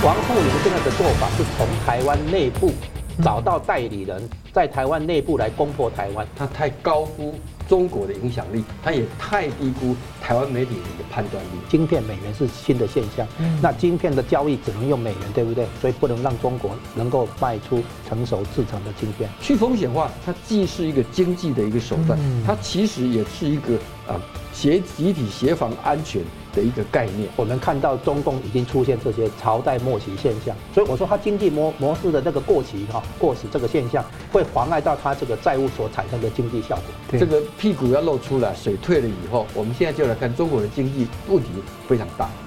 王沪宁现在的做法是从台湾内部找到代理人，在台湾内部来攻破台湾。 他太高估中国的影响力，他也太低估台湾媒体人的判断力。 晶片美元是新的现象，那晶片的交易只能用美元，对不对？所以不能让中国能够卖出成熟制成的晶片。 去风险化，它既是一个经济的一个手段，它其实也是一个集体协防安全的一个概念。 我们看到中共已经出现这些朝代末期现象，所以我说它经济模式的这个过时这个现象，会妨碍到它这个债务所产生的经济效果。 这个屁股要露出来，水退了以后，我们现在就来看中国的经济问题非常大。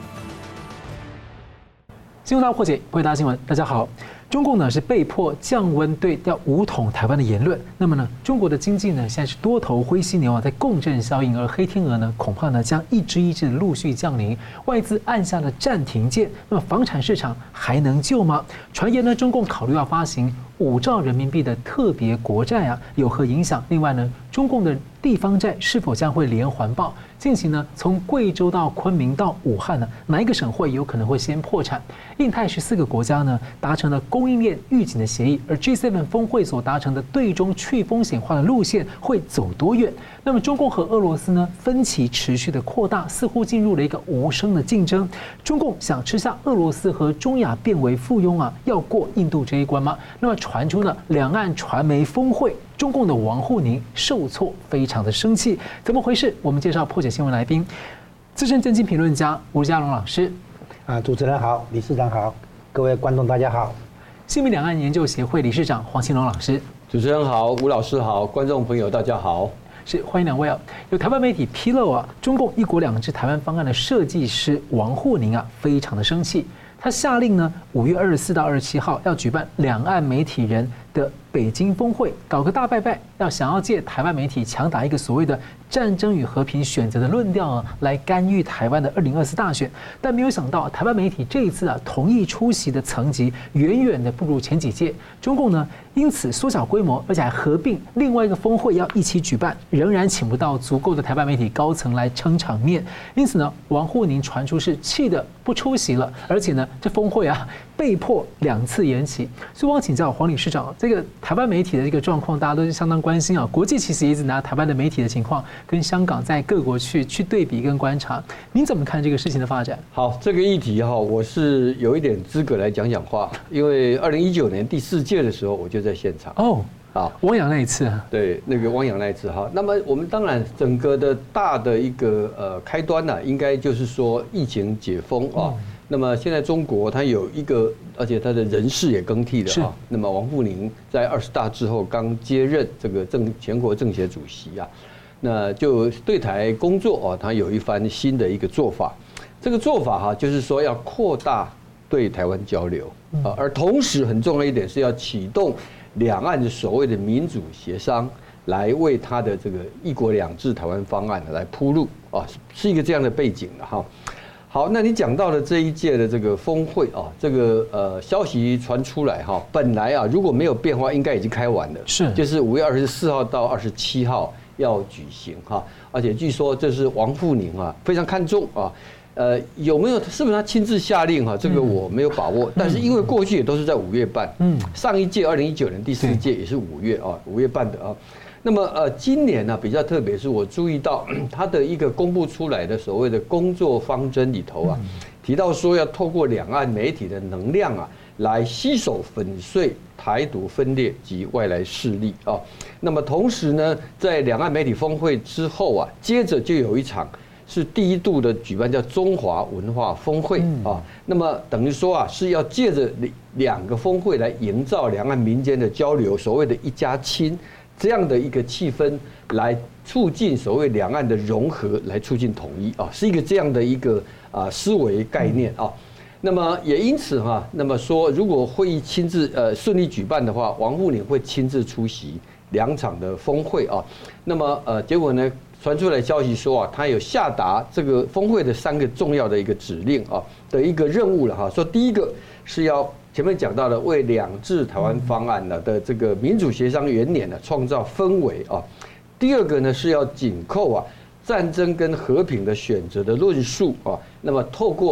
新闻大破解，回答新闻，大家好。中共呢是被迫降温对要武统台湾的言论。那么呢，中国的经济呢现在是多头灰犀牛在共振效应，而黑天鹅呢恐怕呢将一只一只的陆续降临。外资按下了暂停键，那么房产市场还能救吗？传言呢，中共考虑要发行5兆人民币的特别国债啊，有何影响？另外呢，中共的地方债是否将会连环爆？近期呢，从贵州到昆明到武汉呢，哪一个省会有可能会先破产？印太14个国家呢达成了供应链预警的协议，而 G7 峰会所达成的对中去风险化的路线会走多远？那么中共和俄罗斯呢分歧持续的扩大，似乎进入了一个无声的竞争。中共想吃下俄罗斯和中亚变为附庸啊，要过印度这一关吗？那么传出呢，两岸传媒峰会。中共的王沪宁受挫，非常的生气，怎么回事？我们介绍破解新闻来宾，资深政经评论家吴家龙老师。 主持人好，理事长好，各位观众大家好。 新民两岸研究协会理事长黄庆龙老师。 主持人好，吴老师好，观众朋友大家好。 是，欢迎两位啊！有台湾媒体披露啊，中共一国两制台湾方案的设计师王沪宁啊，非常的生气。他下令呢，5月24到27号要举办两岸媒体人的北京峰会，搞个大拜拜，想要借台湾媒体强打一个所谓的战争与和平选择的论调啊，来干预台湾的2024大选。但没有想到，台湾媒体这一次啊，同意出席的层级远远的不如前几届。中共呢，因此缩小规模，而且还合并另外一个峰会要一起举办，仍然请不到足够的台湾媒体高层来撑场面。因此呢，王沪宁传出是气的不出席了，而且呢，这峰会啊被迫2次延期。所以我想请教黄理事长，这个台湾媒体的这个状况，大家都是相当关心啊。国际其实一直拿台湾的媒体的情况跟香港在各国去对比跟观察，您怎么看这个事情的发展？ 好，这个议题哈，我是有一点资格来讲话，因为2019年第4届的时候，我就在现场。 哦，好，汪洋那一次啊， 对，那个汪洋那一次哈。那么我们当然整个的大的一个开端呢，应该就是说疫情解封啊。那么现在中国它有一个，而且它的人事也更替了啊。那么王沪宁在20大之后刚接任这个全国政协主席啊，那就对台工作啊，他有一番新的一个做法。这个做法哈，就是说要扩大对台湾交流啊，而同时很重要一点是要启动两岸的所谓的民主协商，来为他的这个一国两制台湾方案来铺路啊，是一个这样的背景的哈。好，那你讲到了这一届的这个峰会啊，这个消息传出来哈，本来啊如果没有变化，应该已经开完了， 是， 就是5月24号到27号要举行哈，而且据说这是王沪宁啊非常看重啊，有没有是不是他亲自下令哈？这个我没有把握，但是因为过去也都是在5月办，上一届2019年第4届也是5月啊，5月办的啊。那么今年呢比较特别，是我注意到它的一个公布出来的所谓的工作方针里头啊，提到说要透过两岸媒体的能量啊，来携手粉碎台独分裂及外来势力啊。那么同时呢，在两岸媒体峰会之后啊，接着就有一场是第1度的举办，叫中华文化峰会啊。那么等于说啊，是要借着2个峰会来营造两岸民间的交流，所谓的一家亲。这样的一个气氛，来促进所谓两岸的融合，来促进统一啊，是一个这样的一个思维概念啊。那么也因此哈，那么说如果会议亲自顺利举办的话，王沪宁会亲自出席2场的峰会啊。那么结果呢，传出来消息说啊，他有下达这个峰会的3个重要的一个指令啊的一个任务了哈。说第一个是要前面讲到的为两制台湾方案呢的这个民主协商元年呢创造氛围啊。第二个呢是要紧扣啊战争跟和平的选择的论述啊，那么透过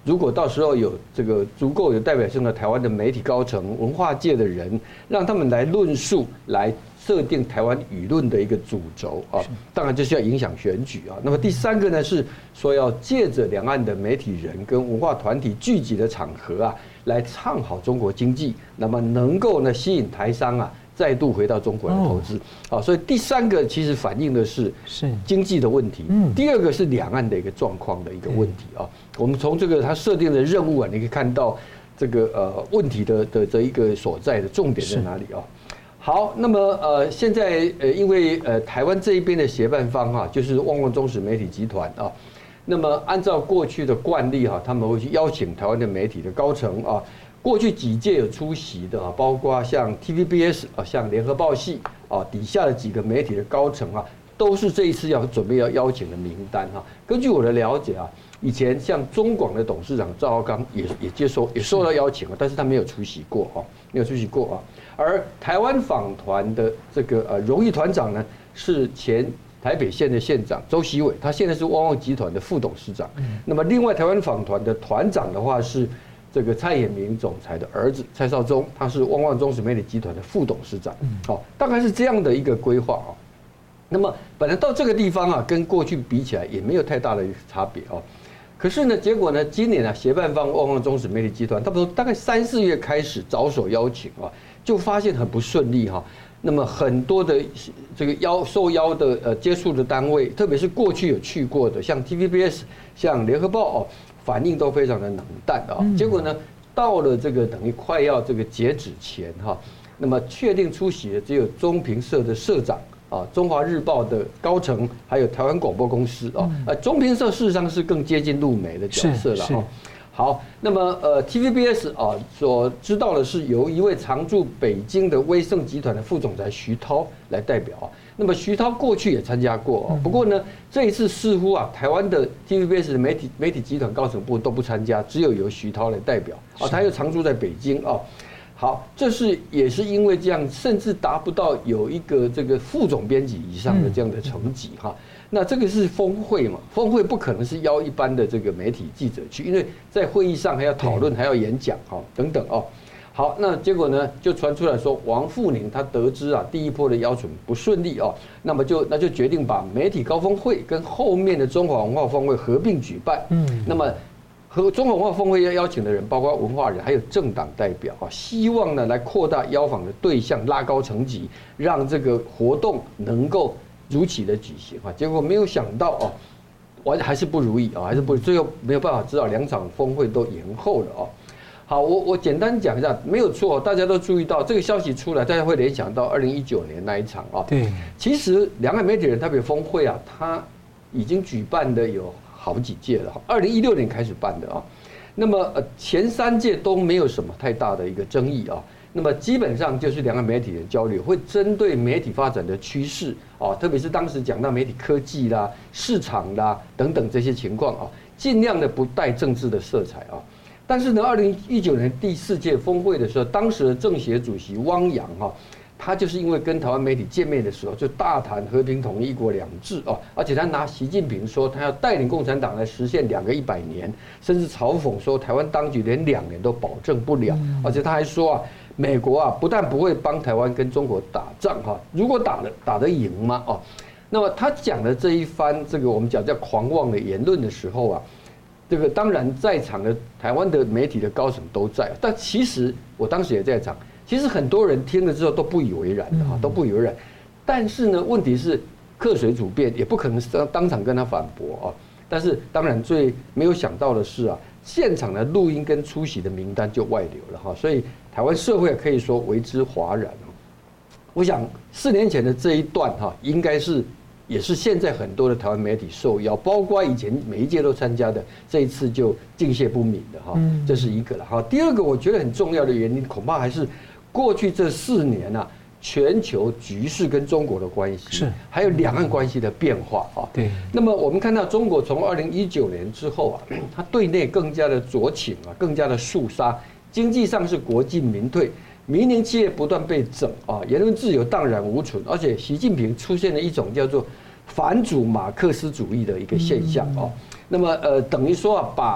如果到时候有这个足够有代表性的台湾的媒体高层、文化界的人，让他们来论述、来设定台湾舆论的一个主轴啊，当然就是要影响选举啊。那么第三个呢，是说要借着两岸的媒体人跟文化团体聚集的场合啊，来唱好中国经济，那么能够呢吸引台商啊再度回到中国来投资。好，所以第三个其实反映的是经济的问题，第二个是两岸的一个状况的一个问题啊。我们从这个他设定的任务啊，你可以看到这个问题的一个所在的重点在哪里啊？好，那么现在因为台湾这一边的协办方啊，就是旺旺中时媒体集团啊，那么按照过去的惯例哈，他们会去邀请台湾的媒体的高层啊，过去几届有出席的啊，包括像 TVBS 啊，像联合报系啊底下的几个媒体的高层啊，都是这一次准备要邀请的名单哈。根据我的了解啊，以前像中广的董事长赵少康也受到邀请啊，但是他没有出席过啊，没有出席过啊。而台湾访团的这个荣誉团长呢，是前台北县的县长周锡伟，他现在是旺旺集团的副董事长。那么另外台湾访团的团长的话是这个蔡衍明总裁的儿子蔡少忠，他是旺旺中时媒体集团的副董事长。好，大概是这样的一个规划啊。那么本来到这个地方啊，跟过去比起来也没有太大的差别啊。可是呢，结果呢，今年啊，协办方旺旺中时媒体集团，他们大概3、4月开始着手邀请啊，就发现很不顺利哈。那么很多的这个受邀的接触的单位，特别是过去有去过的，像 TVBS、像联合报哦，反应都非常的冷淡啊。结果呢，到了这个等于快要这个截止前哈，那么确定出席的只有中评社的社长。啊，中华日报的高层，还有台湾广播公司啊，中评社事实上是更接近陆媒的角色了哈。好，那么TVBS 啊所知道的是由一位常驻北京的威盛集团的副总裁徐涛来代表啊。那么徐涛过去也参加过啊，不过呢这一次似乎啊台湾的 TVBS 的媒体集团高层部都不参加，只有由徐涛来代表啊，他又常驻在北京啊。好，这也是因为这样，甚至达不到有一个这个副总编辑以上的这样的成绩哈。那这个是峰会嘛？峰会不可能是邀一般的这个媒体记者去，因为在会议上还要讨论，还要演讲哈等等哦。好，那结果呢就传出来说，王富宁他得知啊第一波的邀请不顺利哦，那就决定把媒体高峰会跟后面的中华文化峰会合并举办。那么。和中华文化峰会要邀请的人，包括文化人，还有政党代表啊，希望呢来扩大邀访的对象，拉高层级，让这个活动能够如期的举行啊。结果没有想到哦，还是不如意啊，最后没有办法，只好2场峰会都延后了哦。好，我简单讲一下，没有错，大家都注意到这个消息出来，大家会联想到2019年那一场啊。对，其实两岸媒体人特别峰会啊，它已经举办的有好几届了，2016年开始办的啊，那么前3届都没有什么太大的一个争议啊，那么基本上就是两岸媒体人交流，会针对媒体发展的趋势啊，特别是当时讲到媒体科技啦、市场啦等等这些情况啊，尽量的不带政治的色彩啊。但是呢，2019年第4届峰会的时候，当时的政协主席汪洋哈。他就是因为跟台湾媒体见面的时候，就大谈和平统一、1国2制啊，而且他拿习近平说他要带领共产党来实现2个100年，甚至嘲讽说台湾当局连2年都保证不了，而且他还说啊，美国啊不但不会帮台湾跟中国打仗哈，如果打得赢吗？哦，那么他讲的这一番这个我们讲叫狂妄的言论的时候啊，这个当然在场的台湾的媒体的高层都在，但其实我当时也在场。其实很多人听了之后都不以为然的哈，都不以为然。但是呢，问题是客随主便，也不可能当场跟他反驳啊。但是当然最没有想到的是啊，现场的录音跟出席的名单就外流了哈，所以台湾社会可以说为之哗然哦。我想4年前的这一段哈，应该是也是现在很多的台湾媒体受邀，包括以前每一届都参加的，这一次就敬谢不敏的哈，这是一个了哈。第二个我觉得很重要的原因，恐怕还是。过去这4年啊，全球局势跟中国的关系，是还有两岸关系的变化啊。对。那么我们看到中国从2019年之后啊，它对内更加的酌情啊，更加的肃杀，经济上是国进民退，民营企业不断被整啊，言论自由荡然无存，而且习近平出现了一种叫做反主马克思主义的一个现象啊。那么等于说啊，把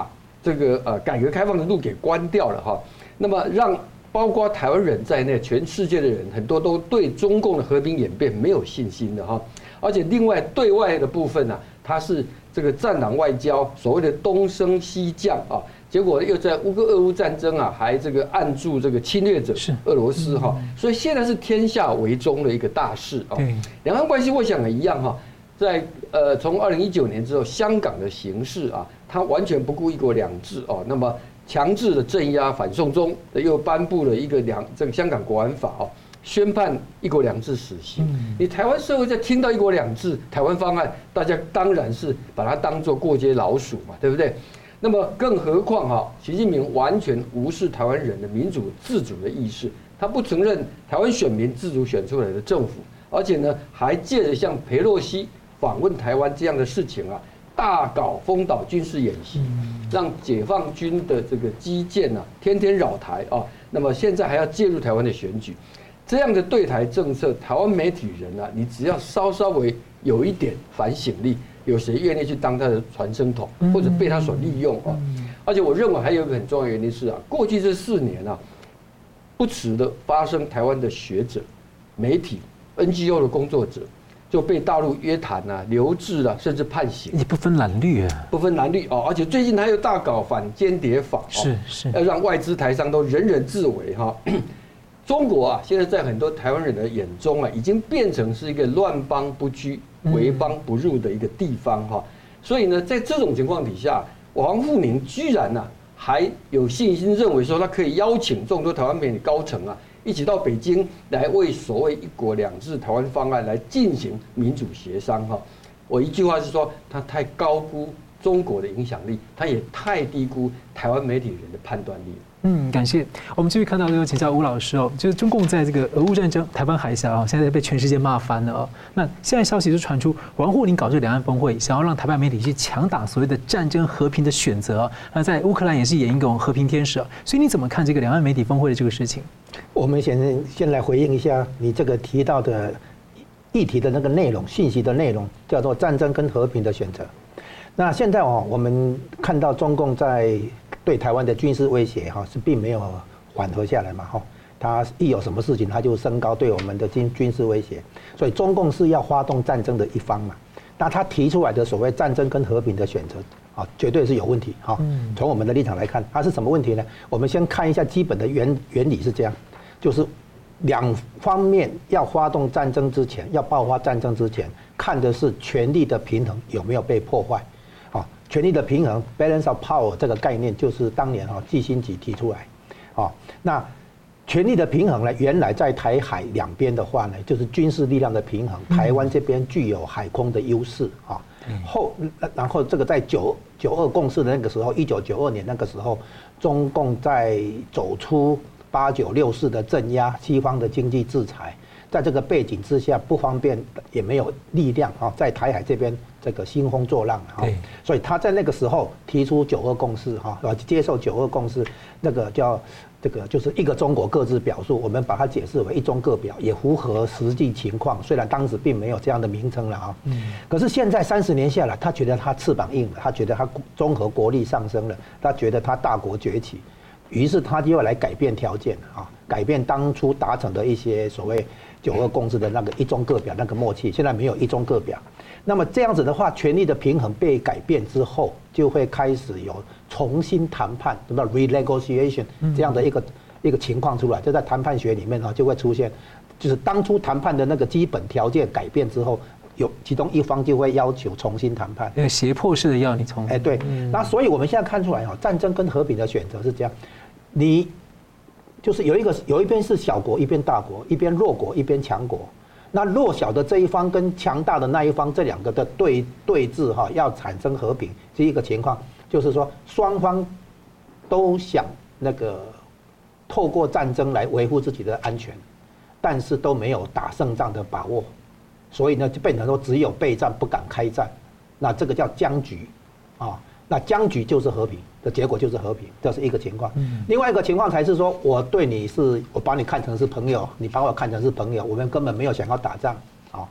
这个改革开放的路给关掉了哈，那么让包括台湾人在内，全世界的人很多都对中共的和平演变没有信心的哈，而且另外对外的部分呢，它是这个战狼外交，所谓的东升西降啊，结果又在俄乌战争啊，还这个按住这个侵略者俄罗斯哈，所以现在是天下为中的一个大事啊。两岸关系我想也一样哈，在从2019年之后，香港的形势啊，它完全不顾一国两制哦，那么强制的镇压反送中，又颁布了一个这个香港国安法哦，宣判一国两制死刑。你台湾社会在听到一国两制台湾方案，大家当然是把它当作过街老鼠嘛，对不对？那么更何况哈，习近平完全无视台湾人的民主自主的意识，他不承认台湾选民自主选出来的政府，而且呢，还借着像裴洛西访问台湾这样的事情啊，大搞封岛军事演习，让解放军的这个基建啊，天天扰台啊。那么现在还要介入台湾的选举，这样的对台政策，台湾媒体人啊，你只要稍微有一点反省力，有谁愿意去当他的传声筒，或者被他所利用啊？而且我认为还有一个很重要的原因是啊，过去这4年啊，不时的发生台湾的学者、媒体、NGO 的工作者就被大陆约谈啊、留置啊，甚至判刑， 也不分蓝绿啊， 不分蓝绿哦。而且最近还有大搞反间谍法， 是要让外资台商都人人自危哈。中国啊，现在在很多台湾人的眼中啊，已经变成是一个乱邦不居、为邦不入的一个地方哈。所以呢，在这种情况底下，王沪宁居然呢还有信心认为说，他可以邀请众多台湾媒体高层啊，一起到北京来为所谓一国两制台湾方案来进行民主协商哈。我一句话是说，他太高估中国的影响力，他也太低估台湾媒体人的判断力。 感谢。我们继续看到这个请教吴老师哦，就是中共在这个俄乌战争、台湾海峡啊，现在被全世界骂翻了哦。那现在消息就传出，王沪宁搞这个两岸峰会，想要让台湾媒体去强打所谓的战争和平的选择。那在乌克兰也是演一种和平天使啊。所以你怎么看这个两岸媒体峰会的这个事情？ 我们先来回应一下你这个提到的议题的那个内容、信息的内容，叫做战争跟和平的选择。那现在我们看到中共在对台湾的军事威胁是并没有缓和下来嘛他一有什么事情他就升高对我们的军事威胁，所以中共是要发动战争的一方嘛。那他提出来的所谓战争跟和平的选择绝对是有问题从我们的立场来看，它是什么问题呢？我们先看一下基本的原理是这样，就是两方面要发动战争之前，要爆发战争之前，看的是权力的平衡有没有被破坏。权力的平衡 （balance of power） 这个概念就是当年季辛吉提出来。那权力的平衡呢，原来在台海两边的话呢，就是军事力量的平衡。台湾这边具有海空的优势然后这个在9·2共识的那个时候，1992年那个时候，中共在走出8964的镇压西方的经济制裁。在这个背景之下，不方便也没有力量在台海这边这个兴风作浪所以他在那个时候提出9·2共识接受9·2共识，那个叫这个就是一个中国各自表述，我们把它解释为一中各表，也符合实际情况。虽然当时并没有这样的名称了可是现在30年下来，他觉得他翅膀硬了，他觉得他综合国力上升了，他觉得他大国崛起，于是他就要来改变条件改变当初达成的一些所谓9·2共识的那个一中各表那个默契，现在没有一中各表。那么这样子的话，权力的平衡被改变之后，就会开始有重新谈判，什么 renegotiation 这样的一个情况出来。就在谈判学里面就会出现，就是当初谈判的那个基本条件改变之后，有其中一方就会要求重新谈判， 那个胁迫式的要你从对。那所以我们现在看出来战争跟和平的选择是这样，你就是有一边是小国，一边大国，一边弱国，一边强国。那弱小的这一方跟强大的那一方，这两个的对峙要产生和平，这一个情况就是说双方都想那个透过战争来维护自己的安全，但是都没有打胜仗的把握，所以呢就变成说只有备战不敢开战，那这个叫僵局那僵局就是和平的结果，就是和平，这是一个情况。另外一个情况才是说，我对你是，我把你看成是朋友，你把我看成是朋友，我们根本没有想要打仗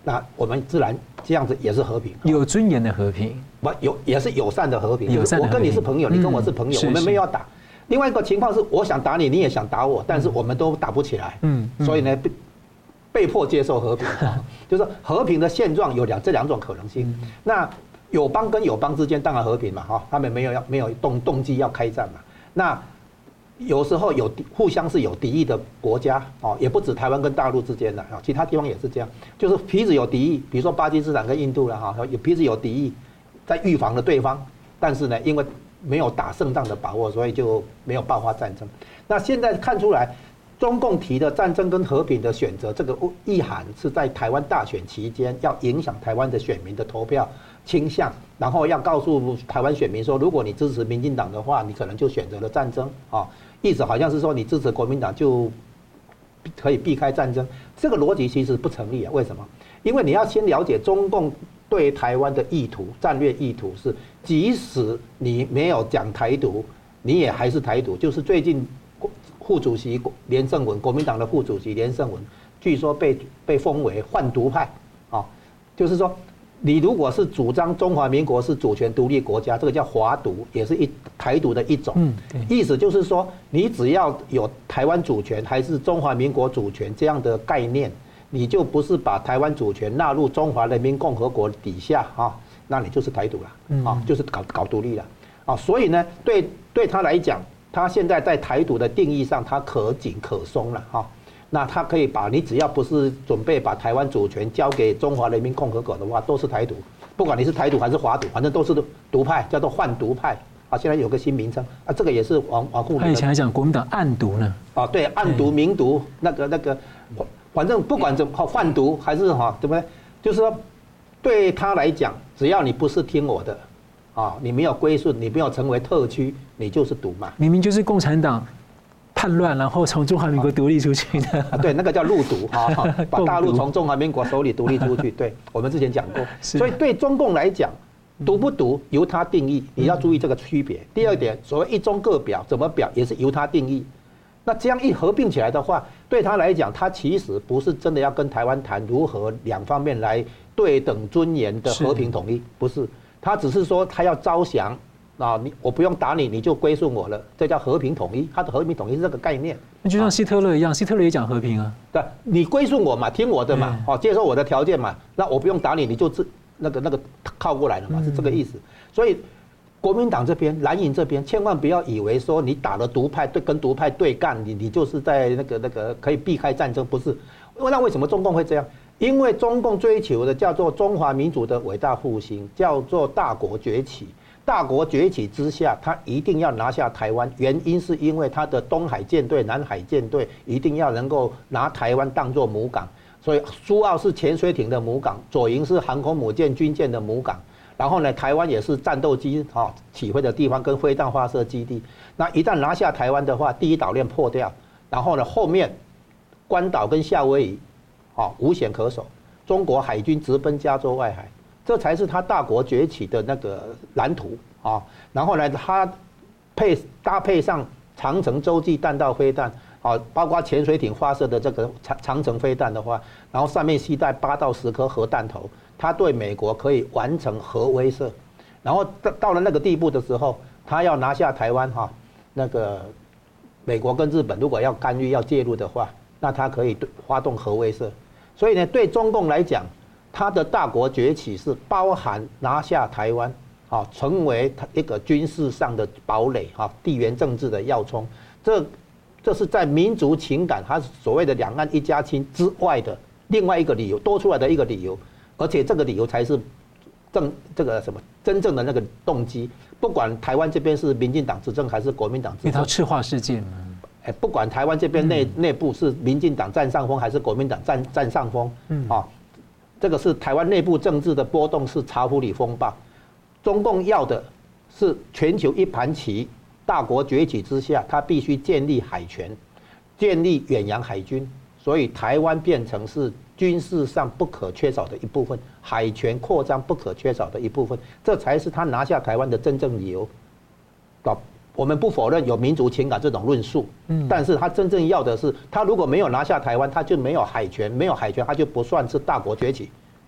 那我们自然这样子也是和平， 有尊严的和平， 也是友善的和平。 友善的和平， 我跟你是朋友，你跟我是朋友，我们没有要打。另外一个情况是，我想打你，你也想打我，但是我们都打不起来。所以呢，被迫接受和平，就是和平的现状有这两种可能性。那友邦跟友邦之间当然和平嘛，哈，他们没有动机要开战嘛。那有时候互相是有敌意的国家哦，也不止台湾跟大陆之间的啊，其他地方也是这样，就是彼此有敌意，比如说巴基斯坦跟印度了哈，彼此有敌意，在预防了对方，但是呢，因为没有打胜仗的把握，所以就没有爆发战争。那现在看出来，中共提的战争跟和平的选择，这个意涵是在台湾大选期间要影响台湾的选民的投票倾向，然后要告诉台湾选民说，如果你支持民进党的话，你可能就选择了战争啊。意思好像是说你支持国民党就可以避开战争，这个逻辑其实不成立啊。为什么？因为你要先了解中共对台湾的意图，战略意图是，即使你没有讲台独，你也还是台独。就是最近副主席连胜文，国民党的副主席连胜文，据说被封为换独派啊，就是说。你如果是主张中华民国是主权独立国家，这个叫华独，也是台独的一种。意思就是说，你只要有台湾主权还是中华民国主权这样的概念，你就不是把台湾主权纳入中华人民共和国底下啊，那你就是台独了啊，就是搞独立了啊。所以呢，对他来讲，他现在在台独的定义上，他可紧可松了哈。那他可以把你只要不是准备把台湾主权交给中华人民共和国的话，都是台独，不管你是台独还是华独，反正都是独派，叫做换独派啊。现在有个新名称啊，这个也是王沪。 他以前还讲国民党暗独呢。 啊，对，暗独、明独，那个，反正不管怎么换独还是哈，对不对？就是说，对他来讲，只要你不是听我的，啊，你没有归顺，你没有成为特区，你就是独嘛。 明明就是共产党叛乱，然后从中华民国独立出去的， 对，那个叫入独哈，把大陆从中华民国手里独立出去。对，我们之前讲过，所以对中共来讲，独不独由他定义，你要注意这个区别。第二点，所谓一中各表，怎么表也是由他定义。那这样一合并起来的话，对他来讲，他其实不是真的要跟台湾谈如何两方面来对等尊严的和平统一，不是，他只是说他要招降。啊，我不用打你，你就归顺我了，这叫和平统一。他的和平统一是这个概念。 那就像希特勒一样，希特勒也讲和平啊。 对，你归顺我嘛，听我的嘛，接受我的条件嘛，那我不用打你，你就那个靠过来了嘛，是这个意思。所以国民党这边、蓝营这边，千万不要以为说你打了独派跟独派对干，你就是在那个可以避开战争，不是？那为什么中共会这样？因为中共追求的叫做中华民族的伟大复兴，叫做大国崛起。大国崛起之下，他一定要拿下台湾，原因是因为他的东海舰队、南海舰队一定要能够拿台湾当作母港，所以苏澳是潜水艇的母港，左营是航空母舰、军舰的母港，然后呢，台湾也是战斗机起飞的地方跟飞弹发射基地。那一旦拿下台湾的话，第一岛链破掉，然后呢，后面关岛跟夏威夷，无险可守，中国海军直奔加州外海。这才是他大国崛起的那个蓝图啊！然后呢，他搭配上长程洲际弹道飞弹啊，包括潜水艇发射的这个长程飞弹的话，然后上面携带8到10颗核弹头，他对美国可以完成核威慑。然后到了那个地步的时候，他要拿下台湾哈，那个美国跟日本如果要干预要介入的话，那他可以发动核威慑。所以呢，对中共来讲，他的大国崛起是包含拿下台湾，成为一个军事上的堡垒，地缘政治的要冲。这是在民族情感，它所谓的两岸一家亲之外的另外一个理由，多出来的一个理由，而且这个理由才是真正的那个动机。不管台湾这边是民进党执政还是国民党执政， 一条赤化事件嘛。 不管台湾这边内部是民进党占上风还是国民党占上风，这个是台湾内部政治的波动，是查普里风暴。中共要的是全球一盘棋，大国崛起之下，它必须建立海权，建立远洋海军，所以台湾变成是军事上不可缺少的一部分，海权扩张不可缺少的一部分，这才是他拿下台湾的真正理由。我们不否认有民族情感这种论述，但是他真正要的是，他如果没有拿下台湾，他就没有海权，没有海权，他就不算是大国崛起，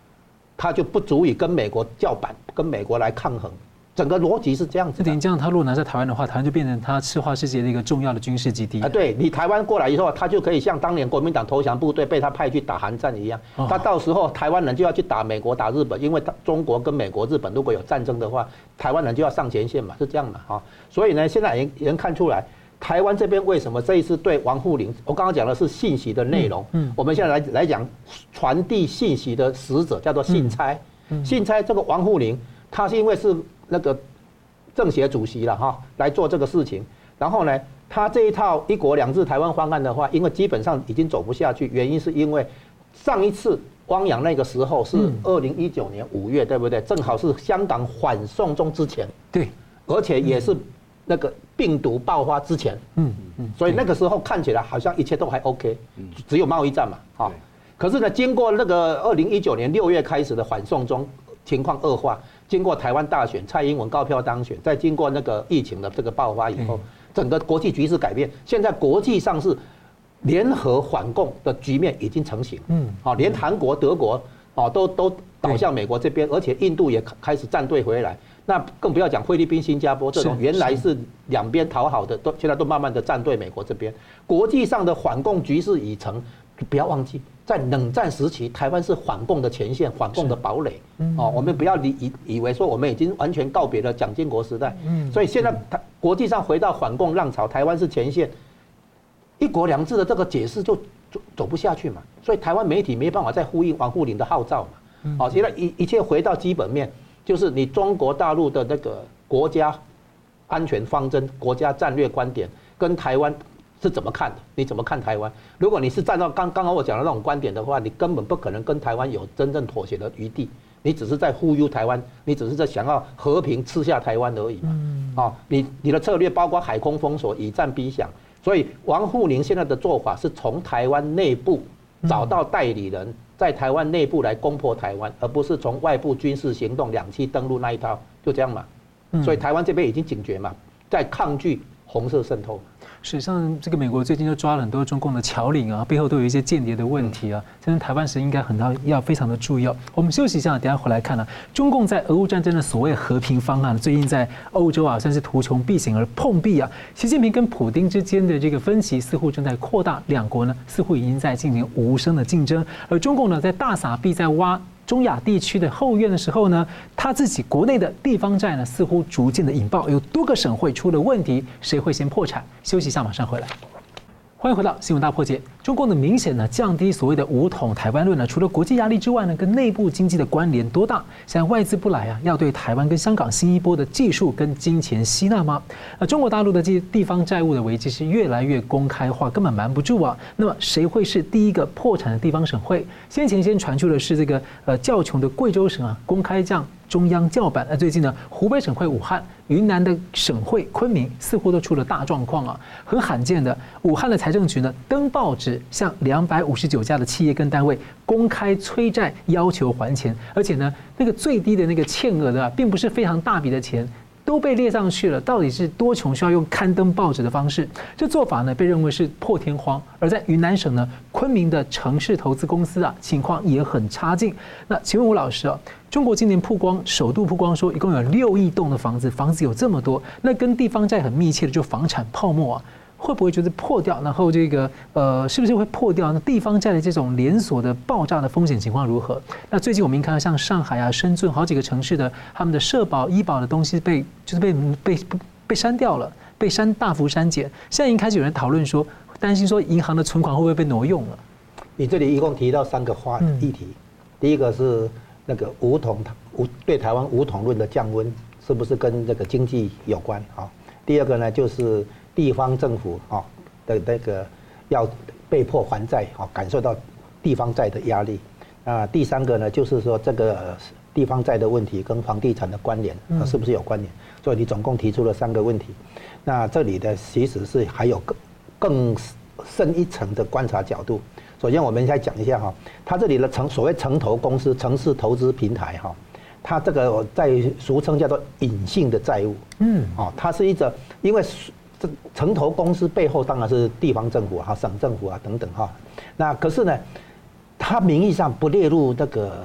它就不足以跟美国叫板，跟美国来抗衡。整个逻辑是这样子的。 这样，他如果拿下台湾的话，台湾就变成他赤化世界的一个重要的军事基地。 对你台湾过来以后，他就可以像当年国民党投降部队被他派去打韩战一样，他到时候台湾人就要去打美国、打日本，因为中国跟美国、日本如果有战争的话，台湾人就要上前线嘛，是这样嘛，哈。所以呢，现在也能看出来，台湾这边为什么这一次对王沪宁，我刚刚讲的是信息的内容，我们现在来讲传递信息的使者叫做信差，信差这个王沪宁，他是因为是那个政协主席了哈，来做这个事情。然后呢，他这一套一国两制台湾方案的话，因为基本上已经走不下去，原因是因为上一次汪洋那个时候是2019年5月，对不对？正好是香港反送中之前， 对， 而且也是那个病毒爆发之前，所以那个时候看起来好像一切都还 OK，只有贸易战嘛，哈。可是呢，经过那个2019年6月开始的反送中情况恶化。经过台湾大选，蔡英文高票当选，再经过那个疫情的这个爆发以后，整个国际局势改变。现在国际上是联合反共的局面已经成型，连韩国、德国都倒向美国这边，而且印度也开始站队回来。那更不要讲菲律宾、新加坡这种原来是两边讨好的，都现在都慢慢的站队美国这边。国际上的反共局势已成，不要忘记。在冷战时期，台湾是反共的前线，反共的堡垒。我们不要以为说我们已经完全告别了蒋经国时代。所以现在国际上回到反共浪潮，台湾是前线，一国两制的这个解释就走不下去嘛。所以台湾媒体没办法再呼应王沪宁的号召嘛。现在一切回到基本面，就是你中国大陆的那个国家安全方针、国家战略观点跟台湾是怎么看的？你怎么看台湾？如果你是站到刚刚我讲的那种观点的话，你根本不可能跟台湾有真正妥协的余地。你只是在忽悠台湾，你只是在想要和平吃下台湾而已嘛。你的策略包括海空封锁、以战逼降。所以王沪宁现在的做法是从台湾内部找到代理人，在台湾内部来攻破台湾，而不是从外部军事行动、2栖登陆那一套，就这样嘛。所以台湾这边已经警觉嘛，在抗拒红色渗透。 是，像这个美国最近就抓了很多中共的侨领啊，背后都有一些间谍的问题啊，真的台湾是应该要非常的注意哦。我们休息一下，等一下回来看呢。中共在俄乌战争的所谓和平方案，最近在欧洲啊，算是图穷匕见而碰壁啊。习近平跟普丁之间的这个分歧似乎正在扩大，两国呢似乎已经在进行无声的竞争，而中共呢在大撒币在挖中亚地区的后院的时候呢，他自己国内的地方债呢似乎逐渐的引爆，有多个省会出了问题，谁会先破产？休息一下，马上回来。欢迎回到新闻大破解。中共的明显呢降低所谓的武统台湾论呢，除了国际压力之外呢，跟内部经济的关联多大？现在外资不来啊，要对台湾跟香港新一波的技术跟金钱吸纳吗？中国大陆的这地方债务的危机是越来越公开化，根本瞒不住啊。那么谁会是第一个破产的地方省会？先传出的是这个较穷的贵州省啊，公开向中央叫板。最近呢，湖北省会武汉、云南的省会昆明似乎都出了大状况啊。很罕见的，武汉的财政局呢登报纸向259家的企业跟单位公开催债，要求还钱，而且呢，那个最低的那个欠额的并不是非常大笔的钱，都被列上去了。到底是多穷，需要用刊登报纸的方式？这做法呢，被认为是破天荒。而在云南省呢，昆明的城市投资公司啊，情况也很差劲。那请问吴老师啊，中国今年首度曝光说，一共有6亿栋的房子有这么多，那跟地方债很密切的就房产泡沫啊。会不会就是破掉？然后这个是不是会破掉？那地方债的这种连锁的爆炸的风险情况如何？那最近我们看到像上海啊、深圳好几个城市的他们的社保、医保的东西被删掉了，大幅删减。现在已经开始有人讨论说，担心说银行的存款会不会被挪用了？ 你这里一共提到3个议题，第一个是那个对台湾武统论的降温，是不是跟这个经济有关啊？第二个呢，就是地方政府的那个要被迫还债感受到地方债的压力。第3个呢，就是说这个地方债的问题跟房地产的关联是不是有关联？所以你总共提出了3个问题。那这里的其实是还有更深一层的观察角度。首先我们先讲一下它这里的所谓城投公司、城市投资平台它这个在俗称叫做隐性的债务。它是因为这城投公司背后当然是地方政府省政府等等那可是呢，它名义上不列入这个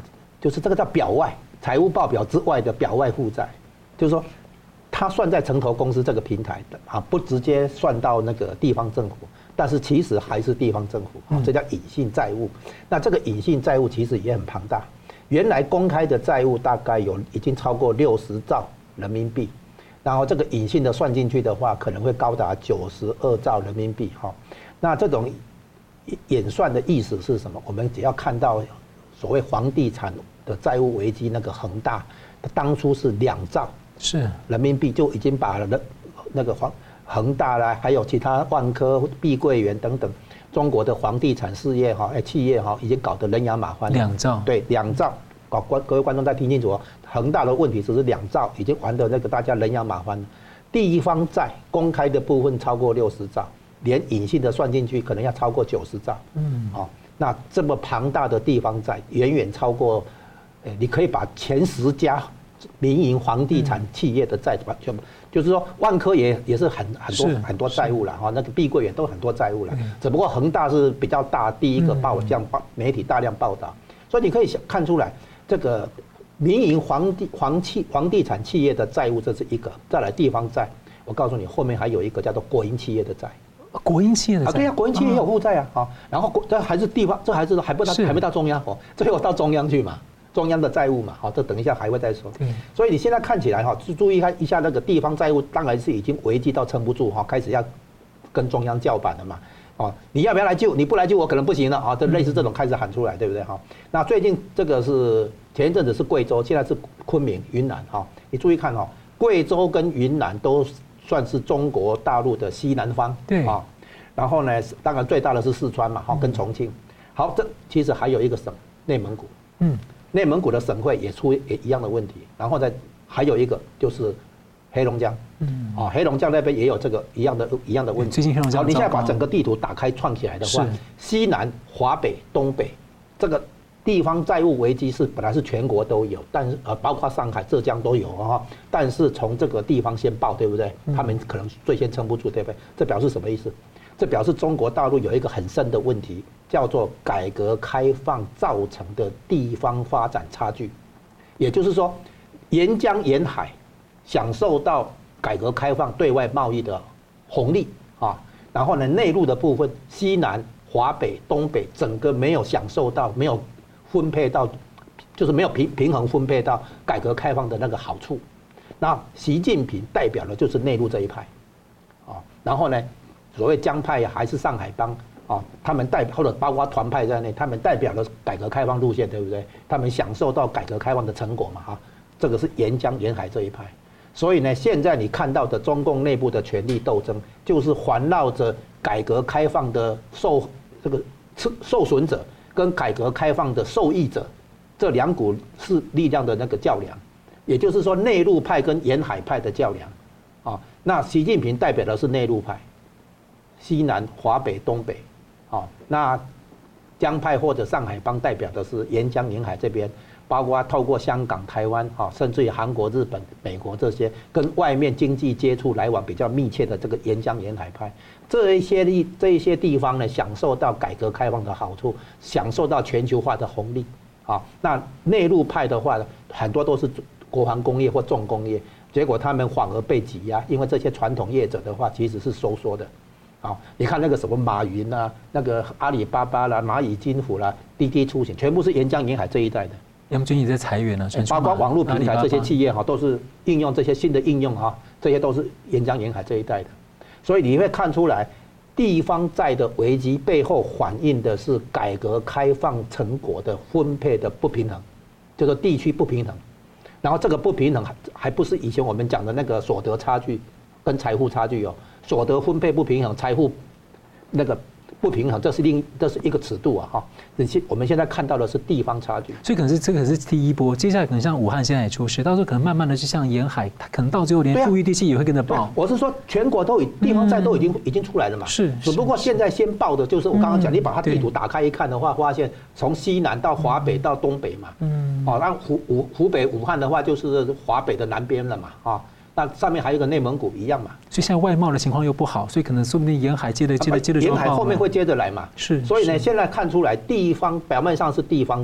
就是这个叫表外财务报表之外的表外负债，就是说它算在城投公司这个平台的啊，不直接算到那个地方政府，但是其实还是地方政府，这叫隐性债务。那这个隐性债务其实也很庞大，原来公开的债务大概已经超过60兆人民币，然后这个隐性的算进去的话，可能会高达92兆人民币哈。那这种演算的意思是什么？我们只要看到所谓房地产的债务危机，那个恒大，它当初是2兆人民币就已经把那个恒大啦，还有其他万科、碧桂园等等中国的房地产事业企业已经搞得人仰马翻。 2兆， 对，2兆。各位观众再听清楚哦，恒大的问题只是2兆，已经玩得那个大家人仰马翻了。地方债公开的部分超过60兆。连隐性的算进去，可能要超过90兆。那这么庞大的地方债，远远超过，你可以把前10家民营房地产企业的债全部，就是说万科也是很多债务了哈，那个碧桂园都很多债务了，只不过恒大是比较大，第一个媒体大量报道，所以你可以看出来，这个民营房地产企业的债务这是一个，再来地方债，我告诉你后面还有一个叫做国营企业的债。 国营企业的债对呀，国营企业也有负债啊，然后这还是地方，这还没到中央最后到中央去嘛，中央的债务嘛，这等一下还会再说。所以你现在看起来注意看一下那个地方债务，当然是已经危机到撑不住开始要跟中央叫板了嘛，你要不要来救？你不来救我可能不行了啊，这类似这种开始喊出来，对不对那最近这个是前一阵子是贵州，现在是昆明、云南你注意看贵州跟云南都算是中国大陆的西南方， 对然后呢，当然最大的是四川嘛，跟重庆。好，这其实还有一个省，内蒙古，内蒙古的省会也一样的问题。然后还有一个就是黑龙江，黑龙江那边也有这个一样的问题。 最近黑龙江， 你现在把整个地图打开串起来的话，西南、华北、东北这个地方债务危机本来是全国都有，但是包括上海、浙江都有但是从这个地方先爆，对不对？他们可能最先撑不住，对不对？这表示什么意思？这表示中国大陆有一个很深的问题，叫做改革开放造成的地方发展差距。也就是说，沿江沿海享受到改革开放对外贸易的红利然后呢，内陆的部分，西南、华北、东北，整个没有享受到，没有分配到，就是没有平衡分配到改革开放的那个好处。那习近平代表的就是内陆这一派然后呢，所谓江派还是上海帮他们或者包括团派在内，他们代表了改革开放路线，对不对？他们享受到改革开放的成果嘛这个是沿江沿海这一派。所以呢，现在你看到的中共内部的权力斗争，就是环绕着改革开放的受损者跟改革开放的受益者这2股是力量的那个较量，也就是说内陆派跟沿海派的较量那习近平代表的是内陆派，西南、华北、东北那江派或者上海帮代表的是沿江沿海这边，包括透过香港、台湾甚至于韩国、日本、美国这些跟外面经济接触来往比较密切的这个沿江沿海派，这一些地方呢，享受到改革开放的好处，享受到全球化的红利那内陆派的话，很多都是国防工业或重工业，结果他们反而被挤压，因为这些传统业者的话其实是收缩的你看那个什么马云那个阿里巴巴啦、蚂蚁金服啦、滴滴出行，全部是沿江沿海这一带的。 他们最近在裁员包括网络平台这些企业都是应用这些新的应用这些都是沿江沿海这一带的。所以你会看出来，地方债的危机背后反映的是改革开放成果的分配的不平衡，就是地区不平衡。然后这个不平衡还不是以前我们讲的那个所得差距跟财富差距所得分配不平衡，财富那个不平衡，这是一个尺度我们现在看到的是地方差距， 所以可能是这个是第一波，接下来可能像武汉现在也出事，到时候可能慢慢的就像沿海，它可能到最后连富裕地区也会跟着爆。 我是说全国地方债都已经出来了嘛，只不过现在先爆的就是我刚刚讲，你把它地图打开一看的话，发现从西南到华北到东北嘛，那湖北武汉的话就是华北的南边了嘛那上面还有一个内蒙古一样嘛， 所以现在外贸的情况又不好，所以可能说不定沿海接着沿海后面会接着来嘛。所以呢，现在看出来地方表面上是地方债，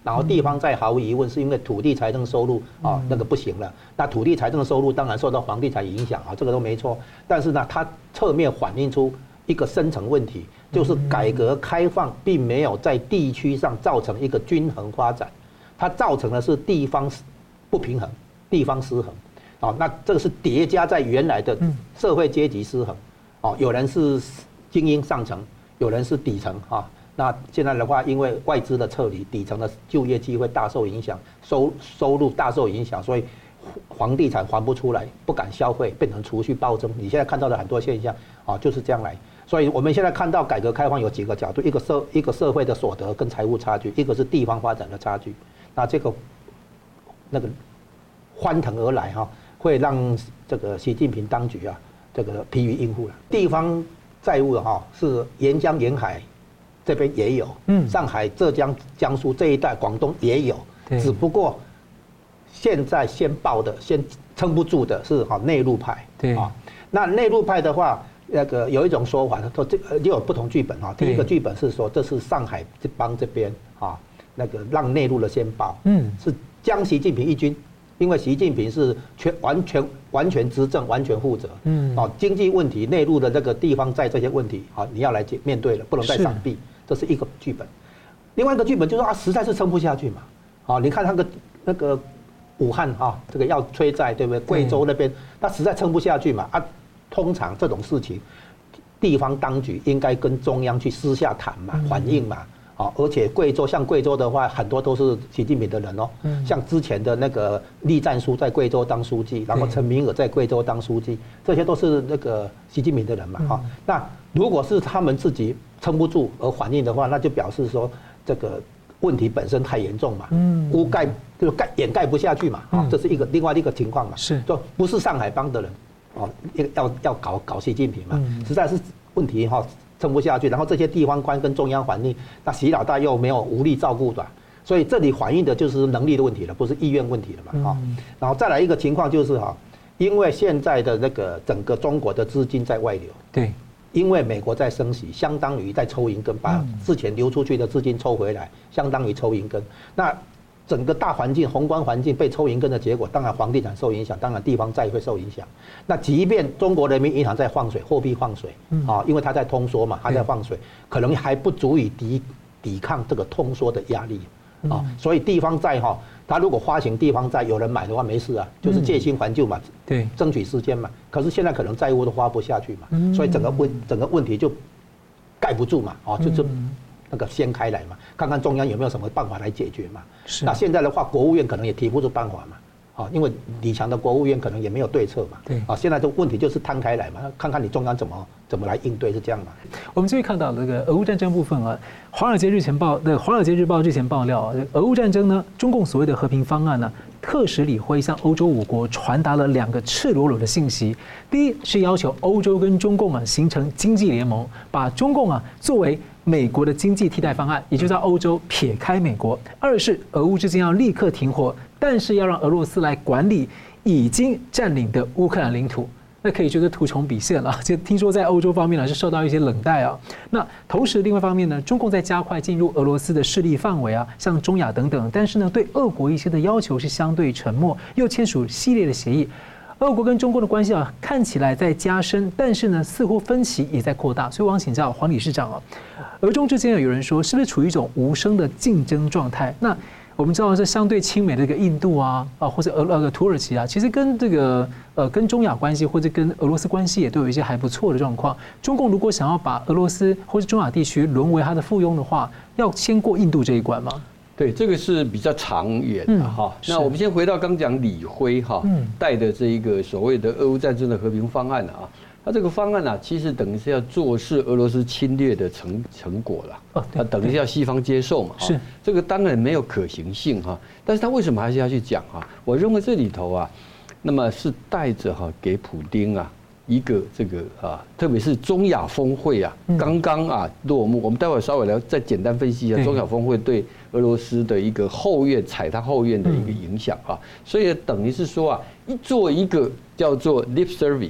然后地方债毫无疑问是因为土地财政收入那个不行了，那土地财政收入当然受到房地产影响这个都没错。但是呢，它侧面反映出一个深层问题，就是改革开放并没有在地区上造成一个均衡发展，它造成的是地方不平衡、地方失衡那这个是叠加在原来的社会阶级失衡有人是精英上层，有人是底层那现在的话，因为外资的撤离，底层的就业机会大受影响，收入大受影响，所以房地产还不出来，不敢消费，变成储蓄暴增。你现在看到的很多现象就是这样来。所以我们现在看到改革开放有几个角度，一个社会的所得跟财务差距，一个是地方发展的差距。那这个那个翻腾而来会让这个习近平当局这个疲于应付了。地方债务是沿江沿海。这边也有，上海、浙江、江苏这一带，广东也有，只不过现在先爆的、先撑不住的是内陆派，那内陆派的话，那个有一种说法，说这又有不同剧本第一个剧本是说这是上海这边那个让内陆的先爆，是将习近平一军，因为习近平是完全执政、完全负责，经济问题、内陆的这个地方债这些问题你要来面对了，不能再闪避。这是一个剧本，另外一个剧本就是实在是撑不下去嘛，你看那个武汉这个要催债，对不对？贵州那边他实在撑不下去嘛，通常这种事情，地方当局应该跟中央去私下谈嘛，反映嘛，而且像贵州的话，很多都是习近平的人像之前的那个栗战书在贵州当书记，然后陈敏尔在贵州当书记，这些都是那个习近平的人嘛，那如果是他们自己撑不住而反应的话，那就表示说这个问题本身太严重嘛，污盖就掩盖不下去嘛，这是另外一个情况嘛，就不是上海帮的人要搞习近平嘛，实在是问题撑不下去，然后这些地方官跟中央反映，那习老大又没有无力照顾的，所以这里反映的就是能力的问题了，不是意愿问题了嘛，然后再来一个情况就是因为现在的那个整个中国的资金在外流， 对。 因为美国在升息，相当于在抽银根，把之前流出去的资金抽回来，相当于抽银根。那整个大环境、宏观环境被抽银根的结果，当然房地产受影响，当然地方债会受影响。那即便中国人民银行在放水，货币放水，因为它在通缩嘛，它在放水，可能还不足以抵抗这个通缩的压力所以地方债他如果发行地方债，有人买的话没事就是借新还旧嘛，对，争取时间嘛。可是现在可能债务都花不下去嘛，所以整个问题就盖不住嘛，就是那个掀开来嘛，看看中央有没有什么办法来解决嘛。那现在的话，国务院可能也提不出办法嘛，因为李强的国务院可能也没有对策嘛。对现在这问题就是摊开来嘛，看看你中央怎么来应对，是这样嘛。 我们继续看到那个俄乌战争部分华尔街日报日前爆料俄乌战争呢，中共所谓的和平方案呢，特使李辉向欧洲5国传达了2个赤裸裸的信息。第一是要求欧洲跟中共形成经济联盟，把中共作为美国的经济替代方案，也就是在欧洲撇开美国。2是俄乌之间要立刻停火，但是要让俄罗斯来管理已经占领的乌克兰领土。那可以觉得图穷匕现了，就听说在欧洲方面呢是受到一些冷待那同时另外一方面呢，中共在加快进入俄罗斯的势力范围像中亚等等，但是呢对俄国一些的要求是相对沉默，又签署系列的协议。俄国跟中共的关系看起来在加深，但是呢似乎分歧也在扩大。所以我想请教黄理事长俄中之间有人说是不是处于一种无声的竞争状态？那我们知道是相对亲美的这个印度或者土耳其其实跟这个跟中亚关系或者跟俄罗斯关系也都有一些还不错的状况。中共如果想要把俄罗斯或者中亚地区沦为它的附庸的话，要先过印度这一关吗？ 对，这个是比较长远的那我们先回到刚讲李辉带的这一个所谓的俄乌战争的和平方案它这个方案其实等于是要坐视俄罗斯侵略的成果了等于是要西方接受嘛是这个当然没有可行性但是他为什么还是要去讲我认为这里头那么是带着给普丁一个这个特别是中亚峰会刚刚落幕，我们待会稍微来再简单分析一下中亚峰会对俄罗斯的一个踩踏后院的一个影响所以等于是说一做一个叫做 lip service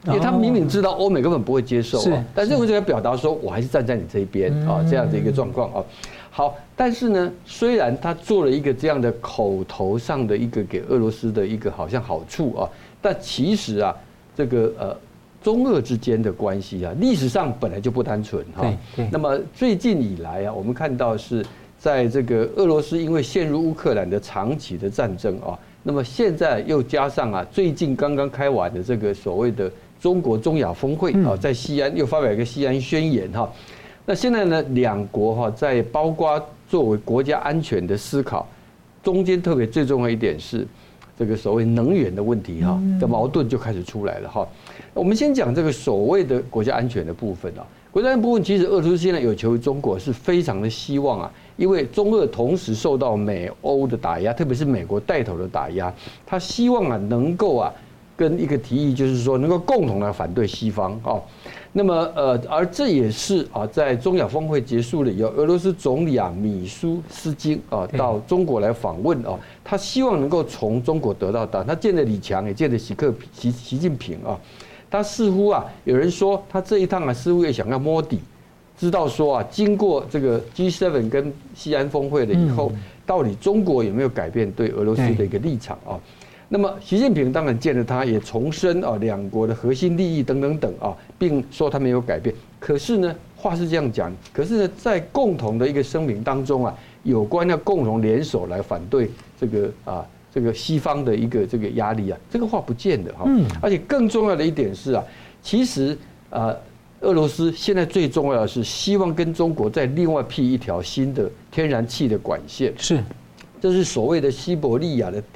因为他明明知道欧美根本不会接受啊，但认为这个表达说我还是站在你这一边啊，这样的一个状况啊。好，但是呢，虽然他做了一个这样的口头上的一个给俄罗斯的一个好像好处啊，但其实啊，这个中俄之间的关系啊，历史上本来就不单纯哈。那么最近以来啊，我们看到是在这个俄罗斯因为陷入乌克兰的长期的战争啊，那么现在又加上啊，最近刚刚开完的这个所谓的中国中亚峰会啊，在西安又发表一个西安宣言哈。那现在呢，两国哈在包括作为国家安全的思考，中间特别最重要一点是这个所谓能源的问题哈的矛盾就开始出来了哈。我们先讲这个所谓的国家安全的部分啊，国家安全部分其实俄罗斯现在有求于中国是非常的希望啊，因为中俄同时受到美欧的打压，特别是美国带头的打压，他希望啊能够啊跟一个提议就是说能够共同来反对西方啊。那么而这也是啊，在中亚峰会结束了以后，俄罗斯总理啊米舒斯京啊到中国来访问啊，他希望能够从中国得到答案。他见了李强，也见了习近平啊，他似乎啊有人说他这一趟啊似乎也想要摸底，知道说啊经过这个 G7 跟西安峰会了以后，到底中国有没有改变对俄罗斯的一个立场啊？那么习近平当然见了他，也重申啊两国的核心利益等等等啊，并说他没有改变。可是呢，话是这样讲，可是呢，在共同的一个声明当中啊，有关要共同联手来反对这个西方的一个这个压力啊，这个话不见的哈。而且更重要的一点是啊，其实俄罗斯现在最重要的是希望跟中国再另外辟一条新的天然气的管线，这是所谓的西伯利亚的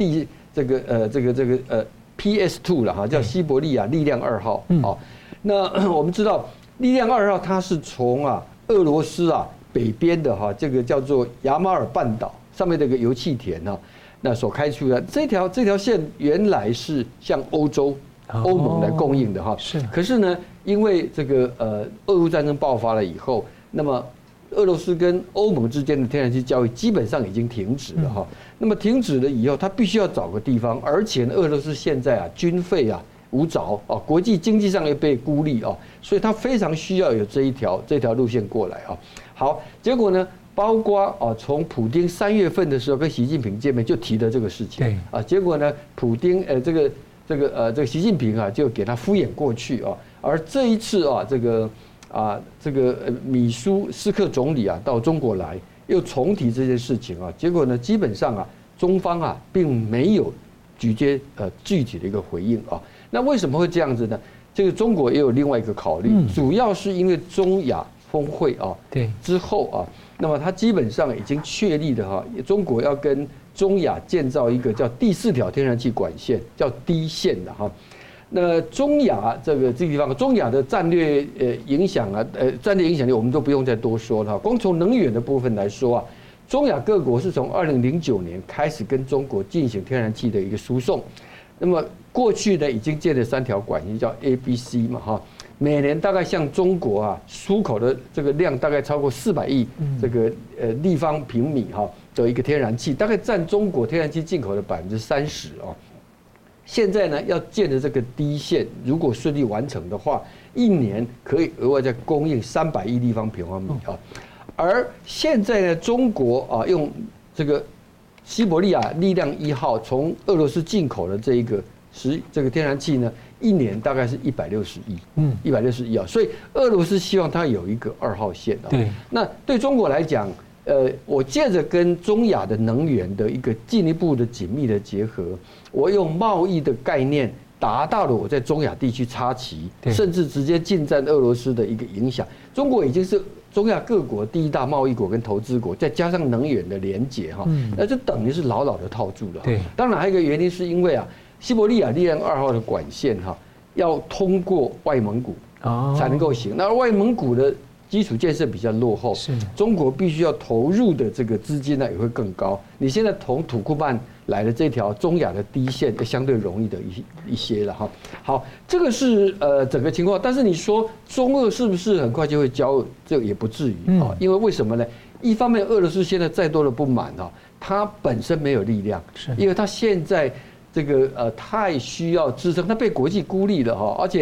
PS2 了哈，叫西伯利亚力量2号。好，那我们知道力量2号它是从俄罗斯北边的哈这个叫做亚马尔半岛上面的一个油气田哈，那所开出的这条线原来是向欧盟来供应的哈。可是呢，因为这个俄乌战争爆发了以后，那么俄罗斯跟欧盟之间的天然气交易基本上已经停止了哈。那么停止了以后，他必须要找个地方，而且俄罗斯现在军费无着啊，国际经济上又被孤立啊，所以他非常需要有这条路线过来啊。好，结果呢，包括从普丁3月份的时候跟习近平见面就提的这个事情啊，结果呢，普丁这个习近平就给他敷衍过去啊，而这一次这个米舒斯克总理到中国来，又重提这件事情啊，结果呢，基本上中方并没有具体的一个回应啊。那为什么会这样子呢？这个中国也有另外一个考虑，主要是因为中亚峰会之后那么它基本上已经确立的中国要跟中亚建造一个叫第4条天然气管线，叫D线的哈。那中亚这个地方，中亚的战略影响战略影响力我们都不用再多说了。光从能源的部分来说中亚各国是从2009年开始跟中国进行天然气的一个输送。那么过去呢，已经建了3条管线，叫 ABC 嘛哈，每年大概向中国出口的这个量大概超过400亿这个立方平米的一个天然气，大概占中国天然气进口的30%哦。现在呢，要建的这个D线，如果顺利完成的话，1年可以额外再供应300亿立方平方米啊。而现在呢，中国用这个西伯利亚力量1号从俄罗斯进口的这个天然气呢，1年大概是160亿，160亿所以俄罗斯希望它有一个2号线对， 那对中国来讲，我借着跟中亚的能源的一个进一步的紧密的结合，我用贸易的概念达到了我在中亚地区插旗，甚至直接进占俄罗斯的一个影响。中国已经是中亚各国第1大贸易国跟投资国，再加上能源的连结那就等于是牢牢的套住了。当然还有一个原因是因为西伯利亚力量2号的管线要通过外蒙古才能够行，那外蒙古的基础建设比较落后，中国必须要投入的这个资金呢也会更高。你现在从土库曼来的这条中亚的D线相对容易的一些了哈。好，这个是整个情况，但是你说中俄是不是很快就会交恶？这也不至于因为为什么呢？一方面俄罗斯现在再多的不满它本身没有力量，因为它现在这个太需要支撑，它被国际孤立了而且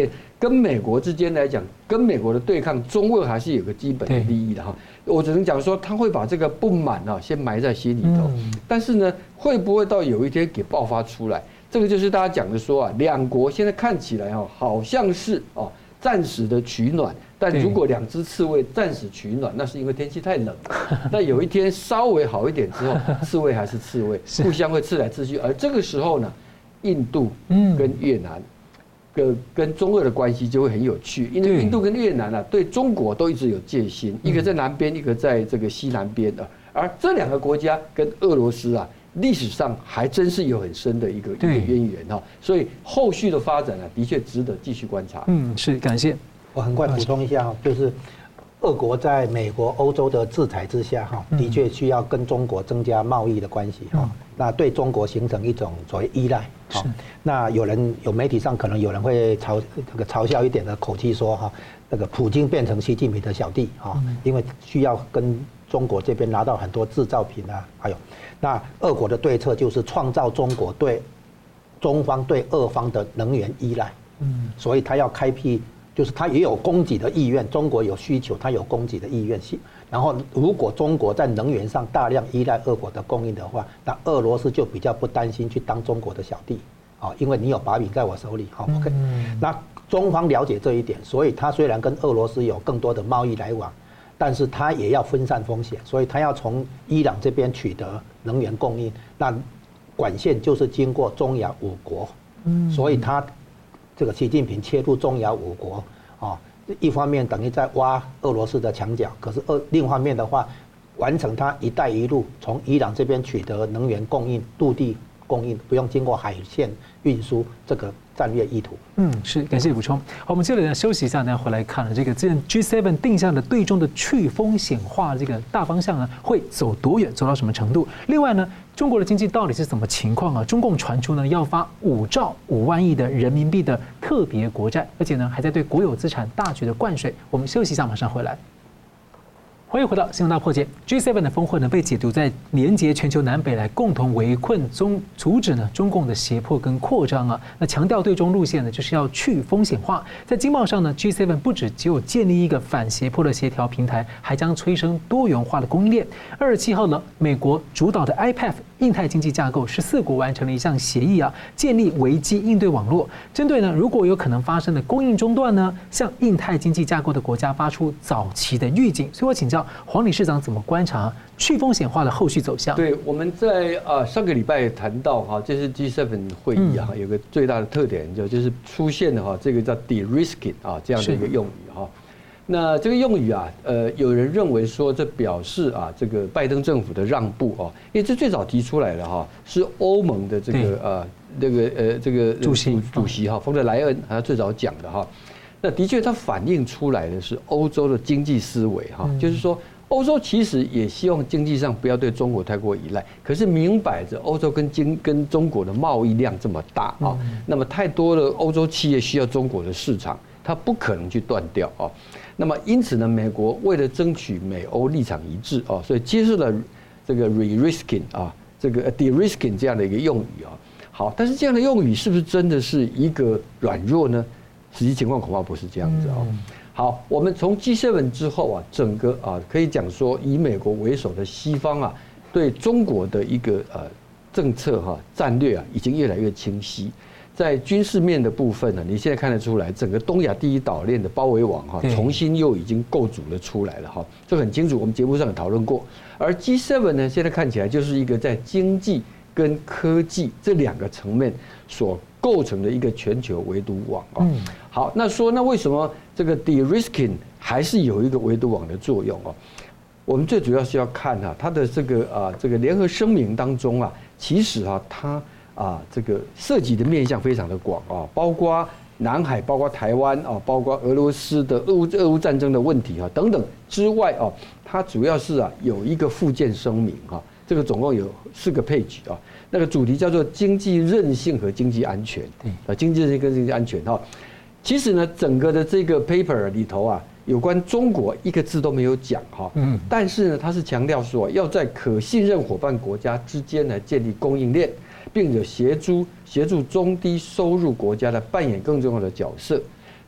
跟美国之间来讲，跟美国的对抗，中俄还是有个基本的利益的哈。我只能讲说，他会把这个不满啊先埋在心里头，但是呢，会不会到有一天给爆发出来？这个就是大家讲的说啊，两国现在看起来哈，好像是哦暂时的取暖，但如果两只刺猬暂时取暖，那是因为天气太冷了。但有一天稍微好一点之后，刺猬还是刺猬，互相会刺来刺去。而这个时候呢，印度跟越南跟中俄的关系就会很有趣，因为印度跟越南啊对中国都一直有戒心，一个在南边，一个在这个西南边的，而这两个国家跟俄罗斯啊。历史上还真是有很深的一个渊源哈，所以后续的发展呢，的确值得继续观察。 是感谢。 我很快补充一下哈，就是俄国在美国、欧洲的制裁之下哈，的确需要跟中国增加贸易的关系哈，那对中国形成一种所谓依赖。那有媒体上可能有人会嘲笑一点的口气说哈，那个普京变成习近平的小弟哈，因为需要跟中国这边拿到很多制造品啊，还有。那俄国的对策就是创造中国对中方对俄方的能源依赖，所以他要开辟，就是他也有供给的意愿，中国有需求，他有供给的意愿。然后如果中国在能源上大量依赖俄国的供应的话，那俄罗斯就比较不担心去当中国的小弟，因为你有把柄在我手里，OK。那中方了解这一点，所以他虽然跟俄罗斯有更多的贸易来往。但是他也要分散风险，所以他要从伊朗这边取得能源供应，那管线就是经过中亚5国，所以他这个习近平切入中亚5国一方面等于在挖俄罗斯的墙角，可是另一方面的话，完成他“一带一路”从伊朗这边取得能源供应，陆地供应不用经过海线运输这个战略意图。 是感谢补充。好，我们接着呢休息一下，呢回来看了这个G7定下的对中的去风险化这个大方向呢，会走多远，走到什么程度？另外呢，中国的经济到底是怎么情况啊？中共传出呢要发5兆5万亿的人民币的特别国债，而且呢还在对国有资产大举的灌水。我们休息一下，马上回来。欢迎回到新闻大破解。G7 的峰会呢被解读在连结全球南北来共同围困阻止呢中共的胁迫跟扩张啊。那强调对中路线呢就是要去风险化。在经贸上呢 ，G7 不只有建立一个反胁迫的协调平台，还将催生多元化的供应链。27号呢，美国主导的 IPEF 印太经济架构14国完成了一项协议啊，建立危机应对网络，针对呢如果有可能发生的供应中断呢，向印太经济架构的国家发出早期的预警。所以我请教黄理事长怎么观察去风险化的后续走向？ 对，我们在上个礼拜谈到哈，这是 G7 会议啊，有个最大的特点就是出现了哈这个叫 de-risking 啊这样的一个用语哈。那这个用语啊，有人认为说这表示啊这个拜登政府的让步哦，因为这最早提出来的哈是欧盟的这个这个主席哈冯德莱恩他最早讲的哈。那的确，它反映出来的是欧洲的经济思维哈，就是说欧洲其实也希望经济上不要对中国太过依赖，可是明摆着欧洲跟中国的贸易量这么大啊，那么太多的欧洲企业需要中国的市场，它不可能去断掉啊。那么因此呢，美国为了争取美欧立场一致啊，所以接受了这个 re-risking 啊，这个 de-risking 这样的一个用语啊。好，但是这样的用语是不是真的是一个软弱呢？实际情况恐怕不是这样子哦。好，我们从 G7 之后啊，整个可以讲说以美国为首的西方啊，对中国的一个政策战略啊，已经越来越清晰。在军事面的部分呢，你现在看得出来，整个东亚第一岛链的包围网重新又已经构筑了出来了哈，这很清楚，我们节目上有讨论过。而 G7 呢，现在看起来就是一个在经济跟科技这2个层面所构成的一个全球围堵网啊。好，那为什么这个 de-risking 还是有一个围堵网的作用哦？我们最主要是要看它的这个联合声明当中啊，其实它这个涉及的面向非常的广啊，包括南海，包括台湾啊，包括俄罗斯的俄乌战争的问题等等之外啊，它主要是有一个附件声明这个总共有4个page啊，那个主题叫做经济韧性和经济安全。经济韧性跟经济安全其实呢，整个的这个 paper 里头有关中国一个字都没有讲但是呢，它是强调说要在可信任伙伴国家之间来建立供应链，并且协助中低收入国家来扮演更重要的角色。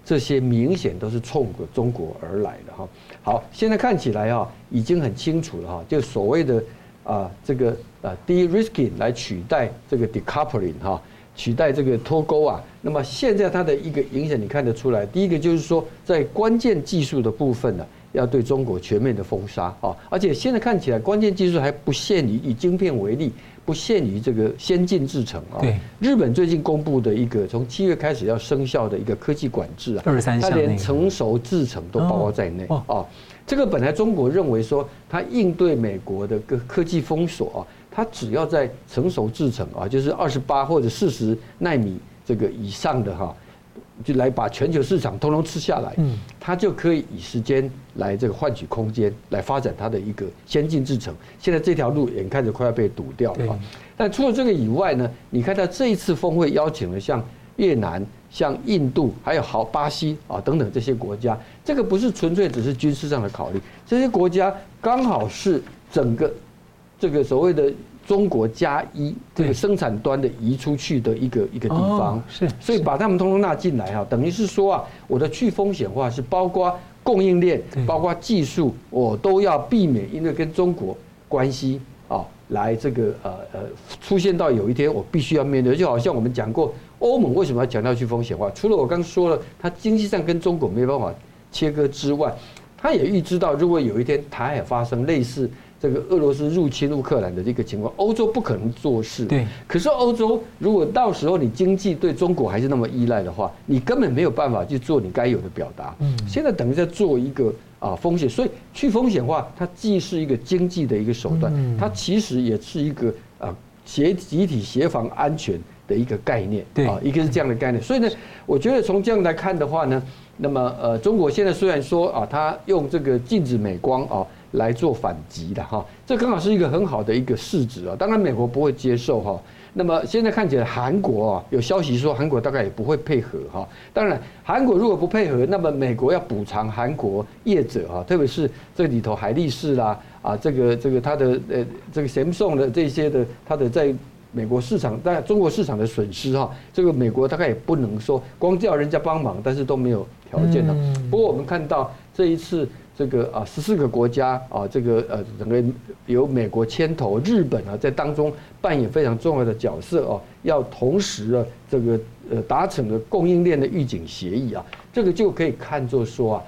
这些明显都是冲着中国而来的哈。好，现在看起来哈已经很清楚了哈，就所谓的这个de-risking 来取代这个 decoupling 哈，取代这个脱钩啊。那么现在它的一个影响你看得出来，第一个就是说在关键技术的部分呢，要对中国全面的封杀啊，而且现在看起来关键技术还不限于以晶片为例。不限于这个先进制程啊，日本最近公布的一个从7月开始要生效的一个科技管制啊，23项，它连成熟制程都包括在内啊。这个本来中国认为说，它应对美国的科技封锁啊，它只要在成熟制程啊，就是28或者40奈米这个以上的哈。就来把全球市场通通吃下来，它就可以以时间来这个换取空间，来发展它的一个先进制程。现在这条路眼看着快要被堵掉了啊！但除了这个以外呢，你看到这一次峰会邀请了像越南、像印度，还有巴西啊等等这些国家，这个不是纯粹只是军事上的考虑，这些国家刚好是整个这个所谓的。中国+1这个生产端的移出去的一个地方，所以把他们通通纳进来啊，等于是说啊，我的去风险化是包括供应链，包括技术，我都要避免因为跟中国关系啊，来这个出现到有一天我必须要面对，就好像我们讲过，欧盟为什么要强调去风险化？除了我刚说了，它经济上跟中国没办法切割之外，它也预知到如果有一天台海发生类似。这个俄罗斯入侵乌克兰的这个情况，欧洲不可能做事。对，可是欧洲如果到时候你经济对中国还是那么依赖的话，你根本没有办法去做你该有的表达。现在等于在做一个风险，所以去风险化，它既是一个经济的一个手段，它其实也是一个集体协防安全的一个概念。对，一个是这样的概念。所以呢，我觉得从这样来看的话呢，那么中国现在虽然说它用这个禁止美光来做反击的哈，这刚好是一个很好的一个示指啊。当然美国不会接受哈。那么现在看起来韩国有消息说韩国大概也不会配合哈。当然韩国如果不配合，那么美国要补偿韩国业者哈，特别是这里头海力士啦这个它的这个 Samsung 的这些的它的在美国市场在中国市场的损失哈，这个美国大概也不能说光叫人家帮忙，但是都没有条件的。不过我们看到这一次。这个14个国家这个整个由美国牵头，日本在当中扮演非常重要的角色要同时这个达成了供应链的预警协议这个就可以看作说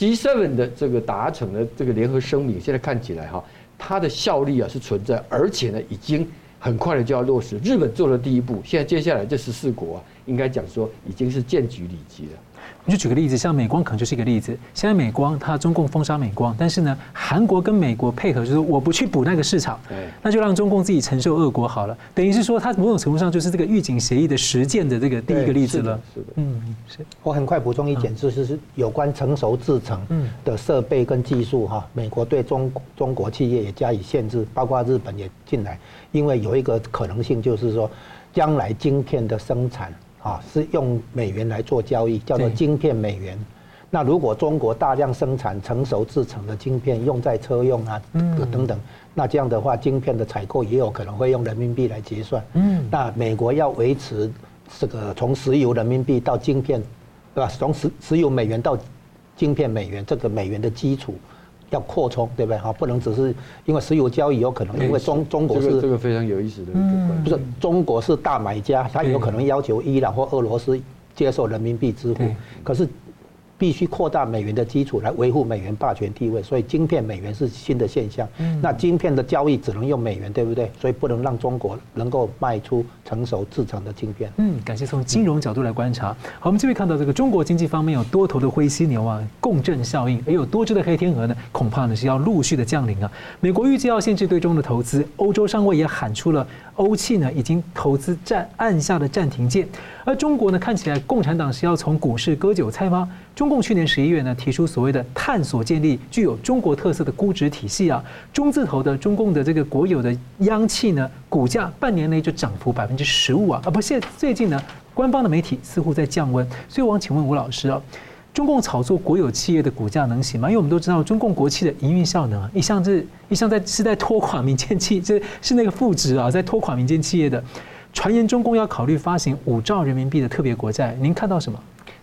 G7 的这个达成的这个联合声明，现在看起来它的效力是存在，而且呢已经很快的就要落实。日本做了第一步，现在接下来这14国应该讲说已经是荐举里级了。 我们就举个例子，像美光可能就是一个例子。现在美光它中共封杀美光，但是呢，韩国跟美国配合，就是我不去补那个市场，那就让中共自己承受恶果好了。等于是说，它某种程度上就是这个预警协议的实践的这个第一个例子了。 是的， 是。我很快补充一点，就是有关成熟制程的设备跟技术美国对中国企业也加以限制，包括日本也进来，因为有一个可能性就是说，将来晶片的生产。是用美元来做交易，叫做晶片美元。那如果中国大量生产成熟制成的晶片用在车用等等，那这样的话，晶片的采购也有可能会用人民币来结算。那美国要维持这个从石油人民币到晶片，对吧？从石油美元到晶片美元，这个美元的基础。要扩充，对不对？不能只是因为石油交易有可能，因为中国是这个非常有意思的一个观点， 不是中国是大买家，他有可能要求伊朗或俄罗斯接受人民币支付，可是必须扩大美元的基础来维护美元霸权地位，所以晶片美元是新的现象。那晶片的交易只能用美元，对不对？所以不能让中国能够卖出成熟制成的晶片。 感谢从金融角度来观察。好，我们这边看到这个中国经济方面有多头的灰犀牛共振效应，也有多只的黑天鹅呢，恐怕呢是要陆续的降临啊。美国预计要限制对中的投资，欧洲商会也喊出了欧气呢已经投资按下的暂停键，而中国呢看起来共产党是要从股市割韭菜吗？中共去年11月呢提出所谓的探索建立具有中国特色的估值体系中字头的中共的这个国有的央企呢股价半年内就涨幅15%不，最近呢官方的媒体似乎在降温，所以我想请问吴老师中共炒作国有企业的股价能行吗？因为我们都知道中共国企的营运效能一向在拖垮民间企业，这是那个负值在拖垮民间企业的。传言中共要考虑发行5兆人民币的特别国债，您看到什么？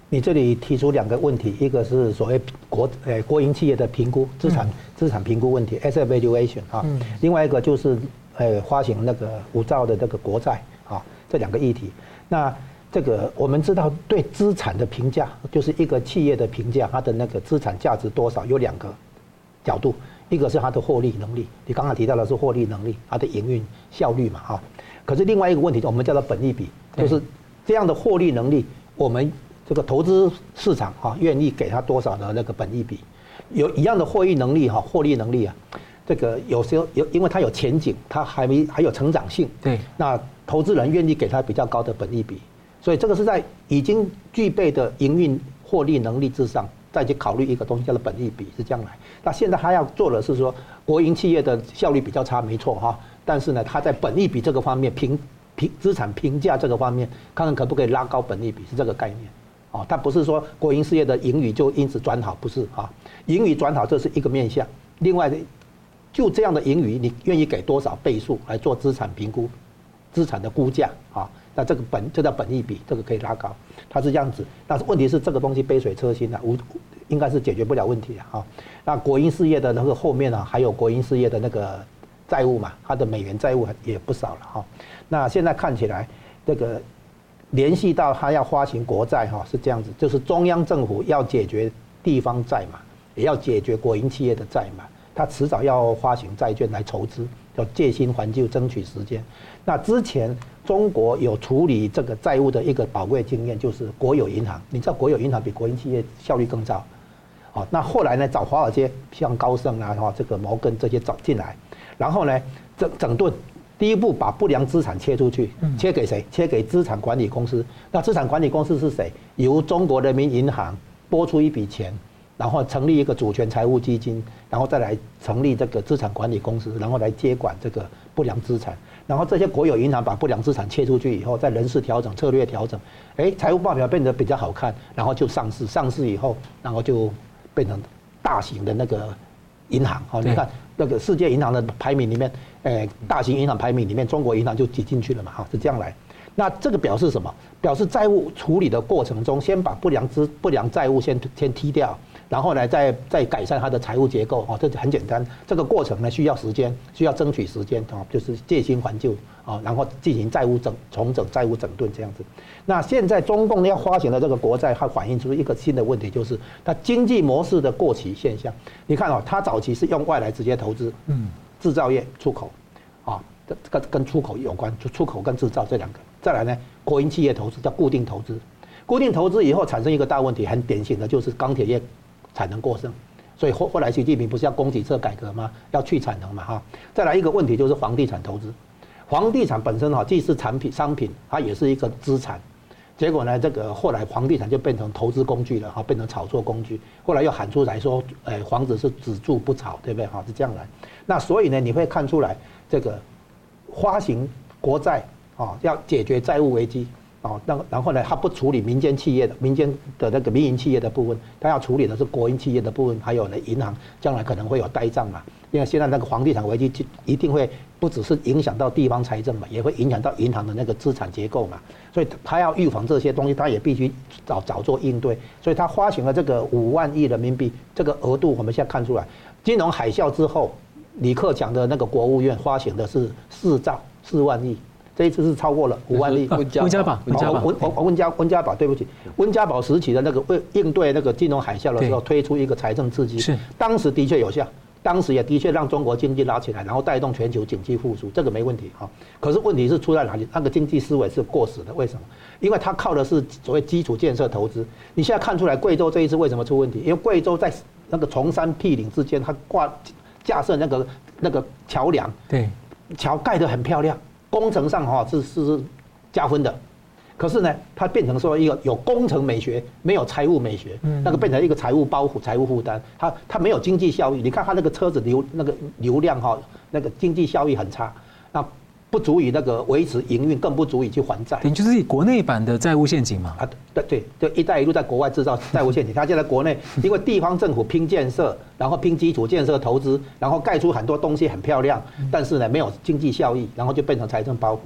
你这里提出2个问题，一个是所谓国营企业的评估资产评估问题 asset valuation 啊，另外一个就是发行那个5兆的这个国债啊，这2个议题。那这个我们知道对资产的评价，就是一个企业的评价，它的那个资产价值多少有2个角度，一个是它的获利能力，你刚刚提到的是获利能力，它的营运效率嘛哈。可是另外一个问题，我们叫做本益比，就是这样的获利能力，我们这个投资市场哈愿意给它多少的那个本益比？有一样的获利能力哈，获利能力啊，这个有时候因为它有前景，它还有成长性， 对， 那投资人愿意给它比较高的本益比，所以这个是在已经具备的营运获利能力之上，再去考虑一个东西叫做本益比，是这样来。那现在他要做的是说，国营企业的效率比较差，没错哈，但是呢，它在本益比这个方面资产评价这个方面，看看可不可以拉高本益比，是这个概念。哦，它不是说国营事业的盈余就因此转好，不是啊，盈余转好这是一个面向。另外，就这样的盈余，你愿意给多少倍数来做资产评估、资产的估价啊？那这叫本益比，这个可以拉高，它是这样子。但是问题是这个东西杯水车薪啊，应该是解决不了问题啊。那国营事业的那个后面呢，还有国营事业的那个债务嘛，它的美元债务也不少了哈。那现在看起来这个。联系到他要发行国债哈，是这样子，就是中央政府要解决地方债嘛，也要解决国营企业的债嘛，他迟早要发行债券来筹资，叫借新还旧，争取时间。那之前中国有处理这个债务的一个宝贵经验，就是国有银行。你知道国有银行比国营企业效率更糟，哦，那后来呢，找华尔街像高盛啊，哈，这个摩根这些找进来，然后呢，整顿。第一步把不良资产切出去，切给谁？切给资产管理公司。那资产管理公司是谁？由中国人民银行拨出一笔钱，然后成立一个主权财务基金，然后再来成立这个资产管理公司，然后来接管这个不良资产。然后这些国有银行把不良资产切出去以后，再人事调整、策略调整，财务报表变得比较好看，然后就上市。上市以后，然后就变成大型的那个银行。好，你看那个世界银行的排名里面。大型银行排名里面，中国银行就挤进去了嘛，哈，是这样来。那这个表示什么？表示债务处理的过程中，先把不良债务先踢掉，然后呢，再改善它的财务结构，哦，这很简单。这个过程呢，需要时间，需要争取时间，哦，就是借新还旧，啊，然后进行债务重整、债务整顿这样子。那现在中共要发行的这个国债，它反映出一个新的问题，就是它经济模式的过期现象。你看哦，它早期是用外来直接投资，制造业出口，啊，这个跟出口有关，就出口跟制造这2个。再来呢，国营企业投资叫固定投资，固定投资以后产生一个大问题，很典型的就是钢铁业产能过剩，所以后来习近平不是要供给侧改革吗？要去产能嘛哈。再来一个问题就是房地产投资，房地产本身哈既是商品，它也是一个资产。结果呢，这个后来房地产就变成投资工具了哈，变成炒作工具。后来又喊出来说，房子是只住不炒，对不对？哈，是这样来。那所以呢，你会看出来，这个发行国债啊，要解决债务危机啊，然后呢，他不处理民间的民营企业的部分，他要处理的是国营企业的部分，还有呢银行将来可能会有呆账嘛。因为现在那个房地产危机一定会不只是影响到地方财政嘛，也会影响到银行的那个资产结构嘛，所以他要预防这些东西，他也必须早做应对。所以他发行了这个5万亿人民币，这个额度我们现在看出来，金融海啸之后，李克强的那个国务院发行的是4万亿。这一次是超过了5万亿。 温家宝， 温家宝，对不起，温家宝时期的那个应对那个金融海啸的时候，推出一个财政刺激， 是当时的确有效。当时也的确让中国经济拉起来，然后带动全球经济复苏，这个没问题啊。可是问题是出在哪里？那个经济思维是过时的，为什么？因为它靠的是所谓基础建设投资。你现在看出来贵州这一次为什么出问题？因为贵州在那个崇山僻岭之间，它架设那个桥梁， 对， 桥盖得很漂亮，工程上哈是加分的。可是呢，它变成说一个有工程美学，没有财务美学，那个变成一个财务包袱、财务负担，它没有经济效益。你看它那个车子流量哈，那个经济效益很差，那不足以那个维持营运，更不足以去还债。 等于就是国内版的债务陷阱嘛。 啊，对，就一带一路在国外制造债务陷阱，它现在国内因为地方政府拼建设，然后拼基础建设投资，然后盖出很多东西很漂亮，但是呢没有经济效益，然后就变成财政包袱。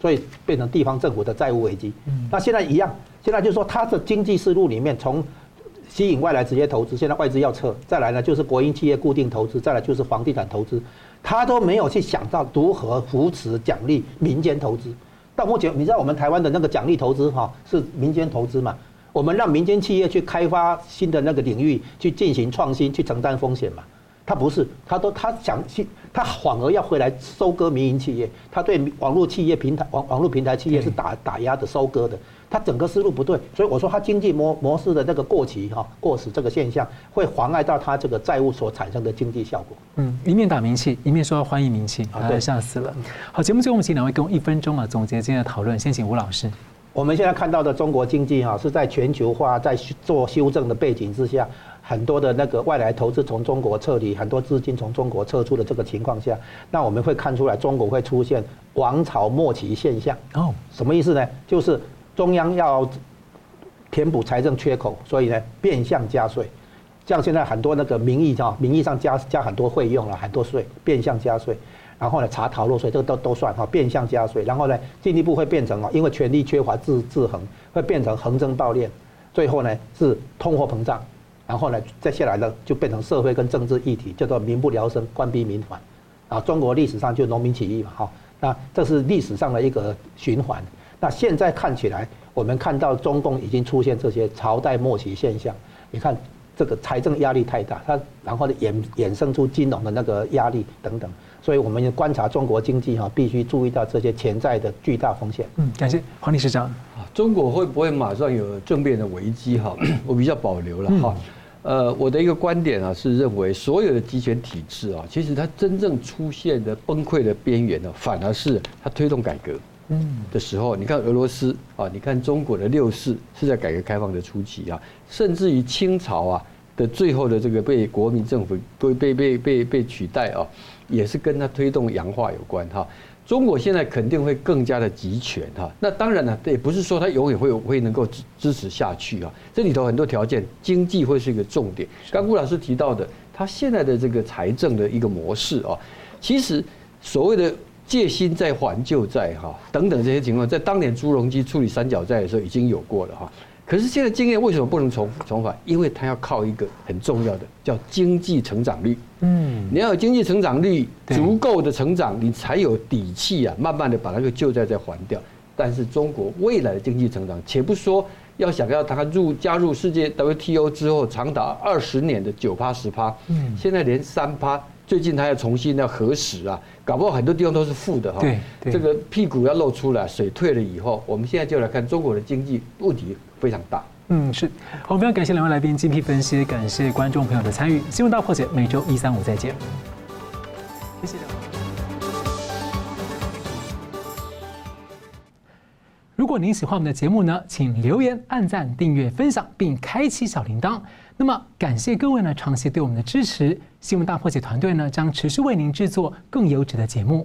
所以变成地方政府的债务危机。那现在一样，现在就是说它的经济思路里面，从吸引外来直接投资，现在外资要撤，再来呢就是国营企业固定投资，再来就是房地产投资，他都没有去想到如何扶持奖励民间投资。到目前，你知道我们台湾的那个奖励投资是民间投资嘛？我们让民间企业去开发新的那个领域，去进行创新，去承担风险嘛。他不是，他反而要回来收割民营企业，他对网络企业平台、网络平台企业是打压的、收割的，他整个思路不对，所以我说他经济模式的那个过期过时这个现象，会妨碍到他这个债务所产生的经济效果。 一面打名气，一面说要欢迎民气，吓死了。好，节目最后我们请两位给我1分钟总结今天的讨论，先请吴老师。 我们现在看到的中国经济是在全球化在做修正的背景之下，很多的那个外来投资从中国撤离，很多资金从中国撤出的这个情况下，那我们会看出来中国会出现王朝末期现象。什么意思呢？就是中央要填补财政缺口，所以呢变相加税。像现在很多那个名义上加很多费用了，很多税，变相加税。然后呢，查逃漏税，这个都算变相加税。然后呢，进一步会变成因为权力缺乏制衡，会变成横征暴敛，最后呢是通货膨胀。然后呢，再下来呢就变成社会跟政治议题，叫做民不聊生，官逼民反。中国历史上就农民起义嘛，那这是历史上的一个循环。那现在看起来，我们看到中共已经出现这些朝代末期现象。你看这个财政压力太大，它然后衍生出金融的那个压力等等。所以我们观察中国经济必须注意到这些潜在的巨大风险。 感谢黄理事长。 中国会不会马上有正面的危机我比较保留了我的一个观点是认为所有的集权体制其实它真正出现的崩溃的边缘反而是它推动改革的时候。你看俄罗斯你看中国的6四是在改革开放的初期甚至于清朝的最后的这个被国民政府被取代也是跟它推动洋化有关中国现在肯定会更加的集权那当然呢，也不是说它永远会能够支持下去这里头很多条件，经济会是一个重点。刚顾老师提到的，他现在的这个财政的一个模式其实所谓的借新债还旧债等等这些情况，在当年朱镕基处理三角债的时候已经有过了可是现在经验为什么不能重返？因为它要靠一个很重要的叫经济成长率。你要有经济成长率足够的成长，你才有底气慢慢的把那个旧债再还掉。但是中国未来的经济成长，且不说要想要它加入世界 WTO 之后长达20年的9%、10%，现在连3%，最近它要重新要核实搞不好很多地方都是负的这个屁股要露出来，水退了以后，我们现在就来看中国的经济问题非常大。 是。好，非常感谢两位来宾精辟分析，感谢观众朋友的参与。新闻大破解每周1、3、5再见。谢谢两位。如果您喜欢我们的节目呢，请留言、按赞、订阅、分享，并开启小铃铛。那么，感谢各位呢长期对我们的支持。新闻大破解团队呢将持续为您制作更优质的节目。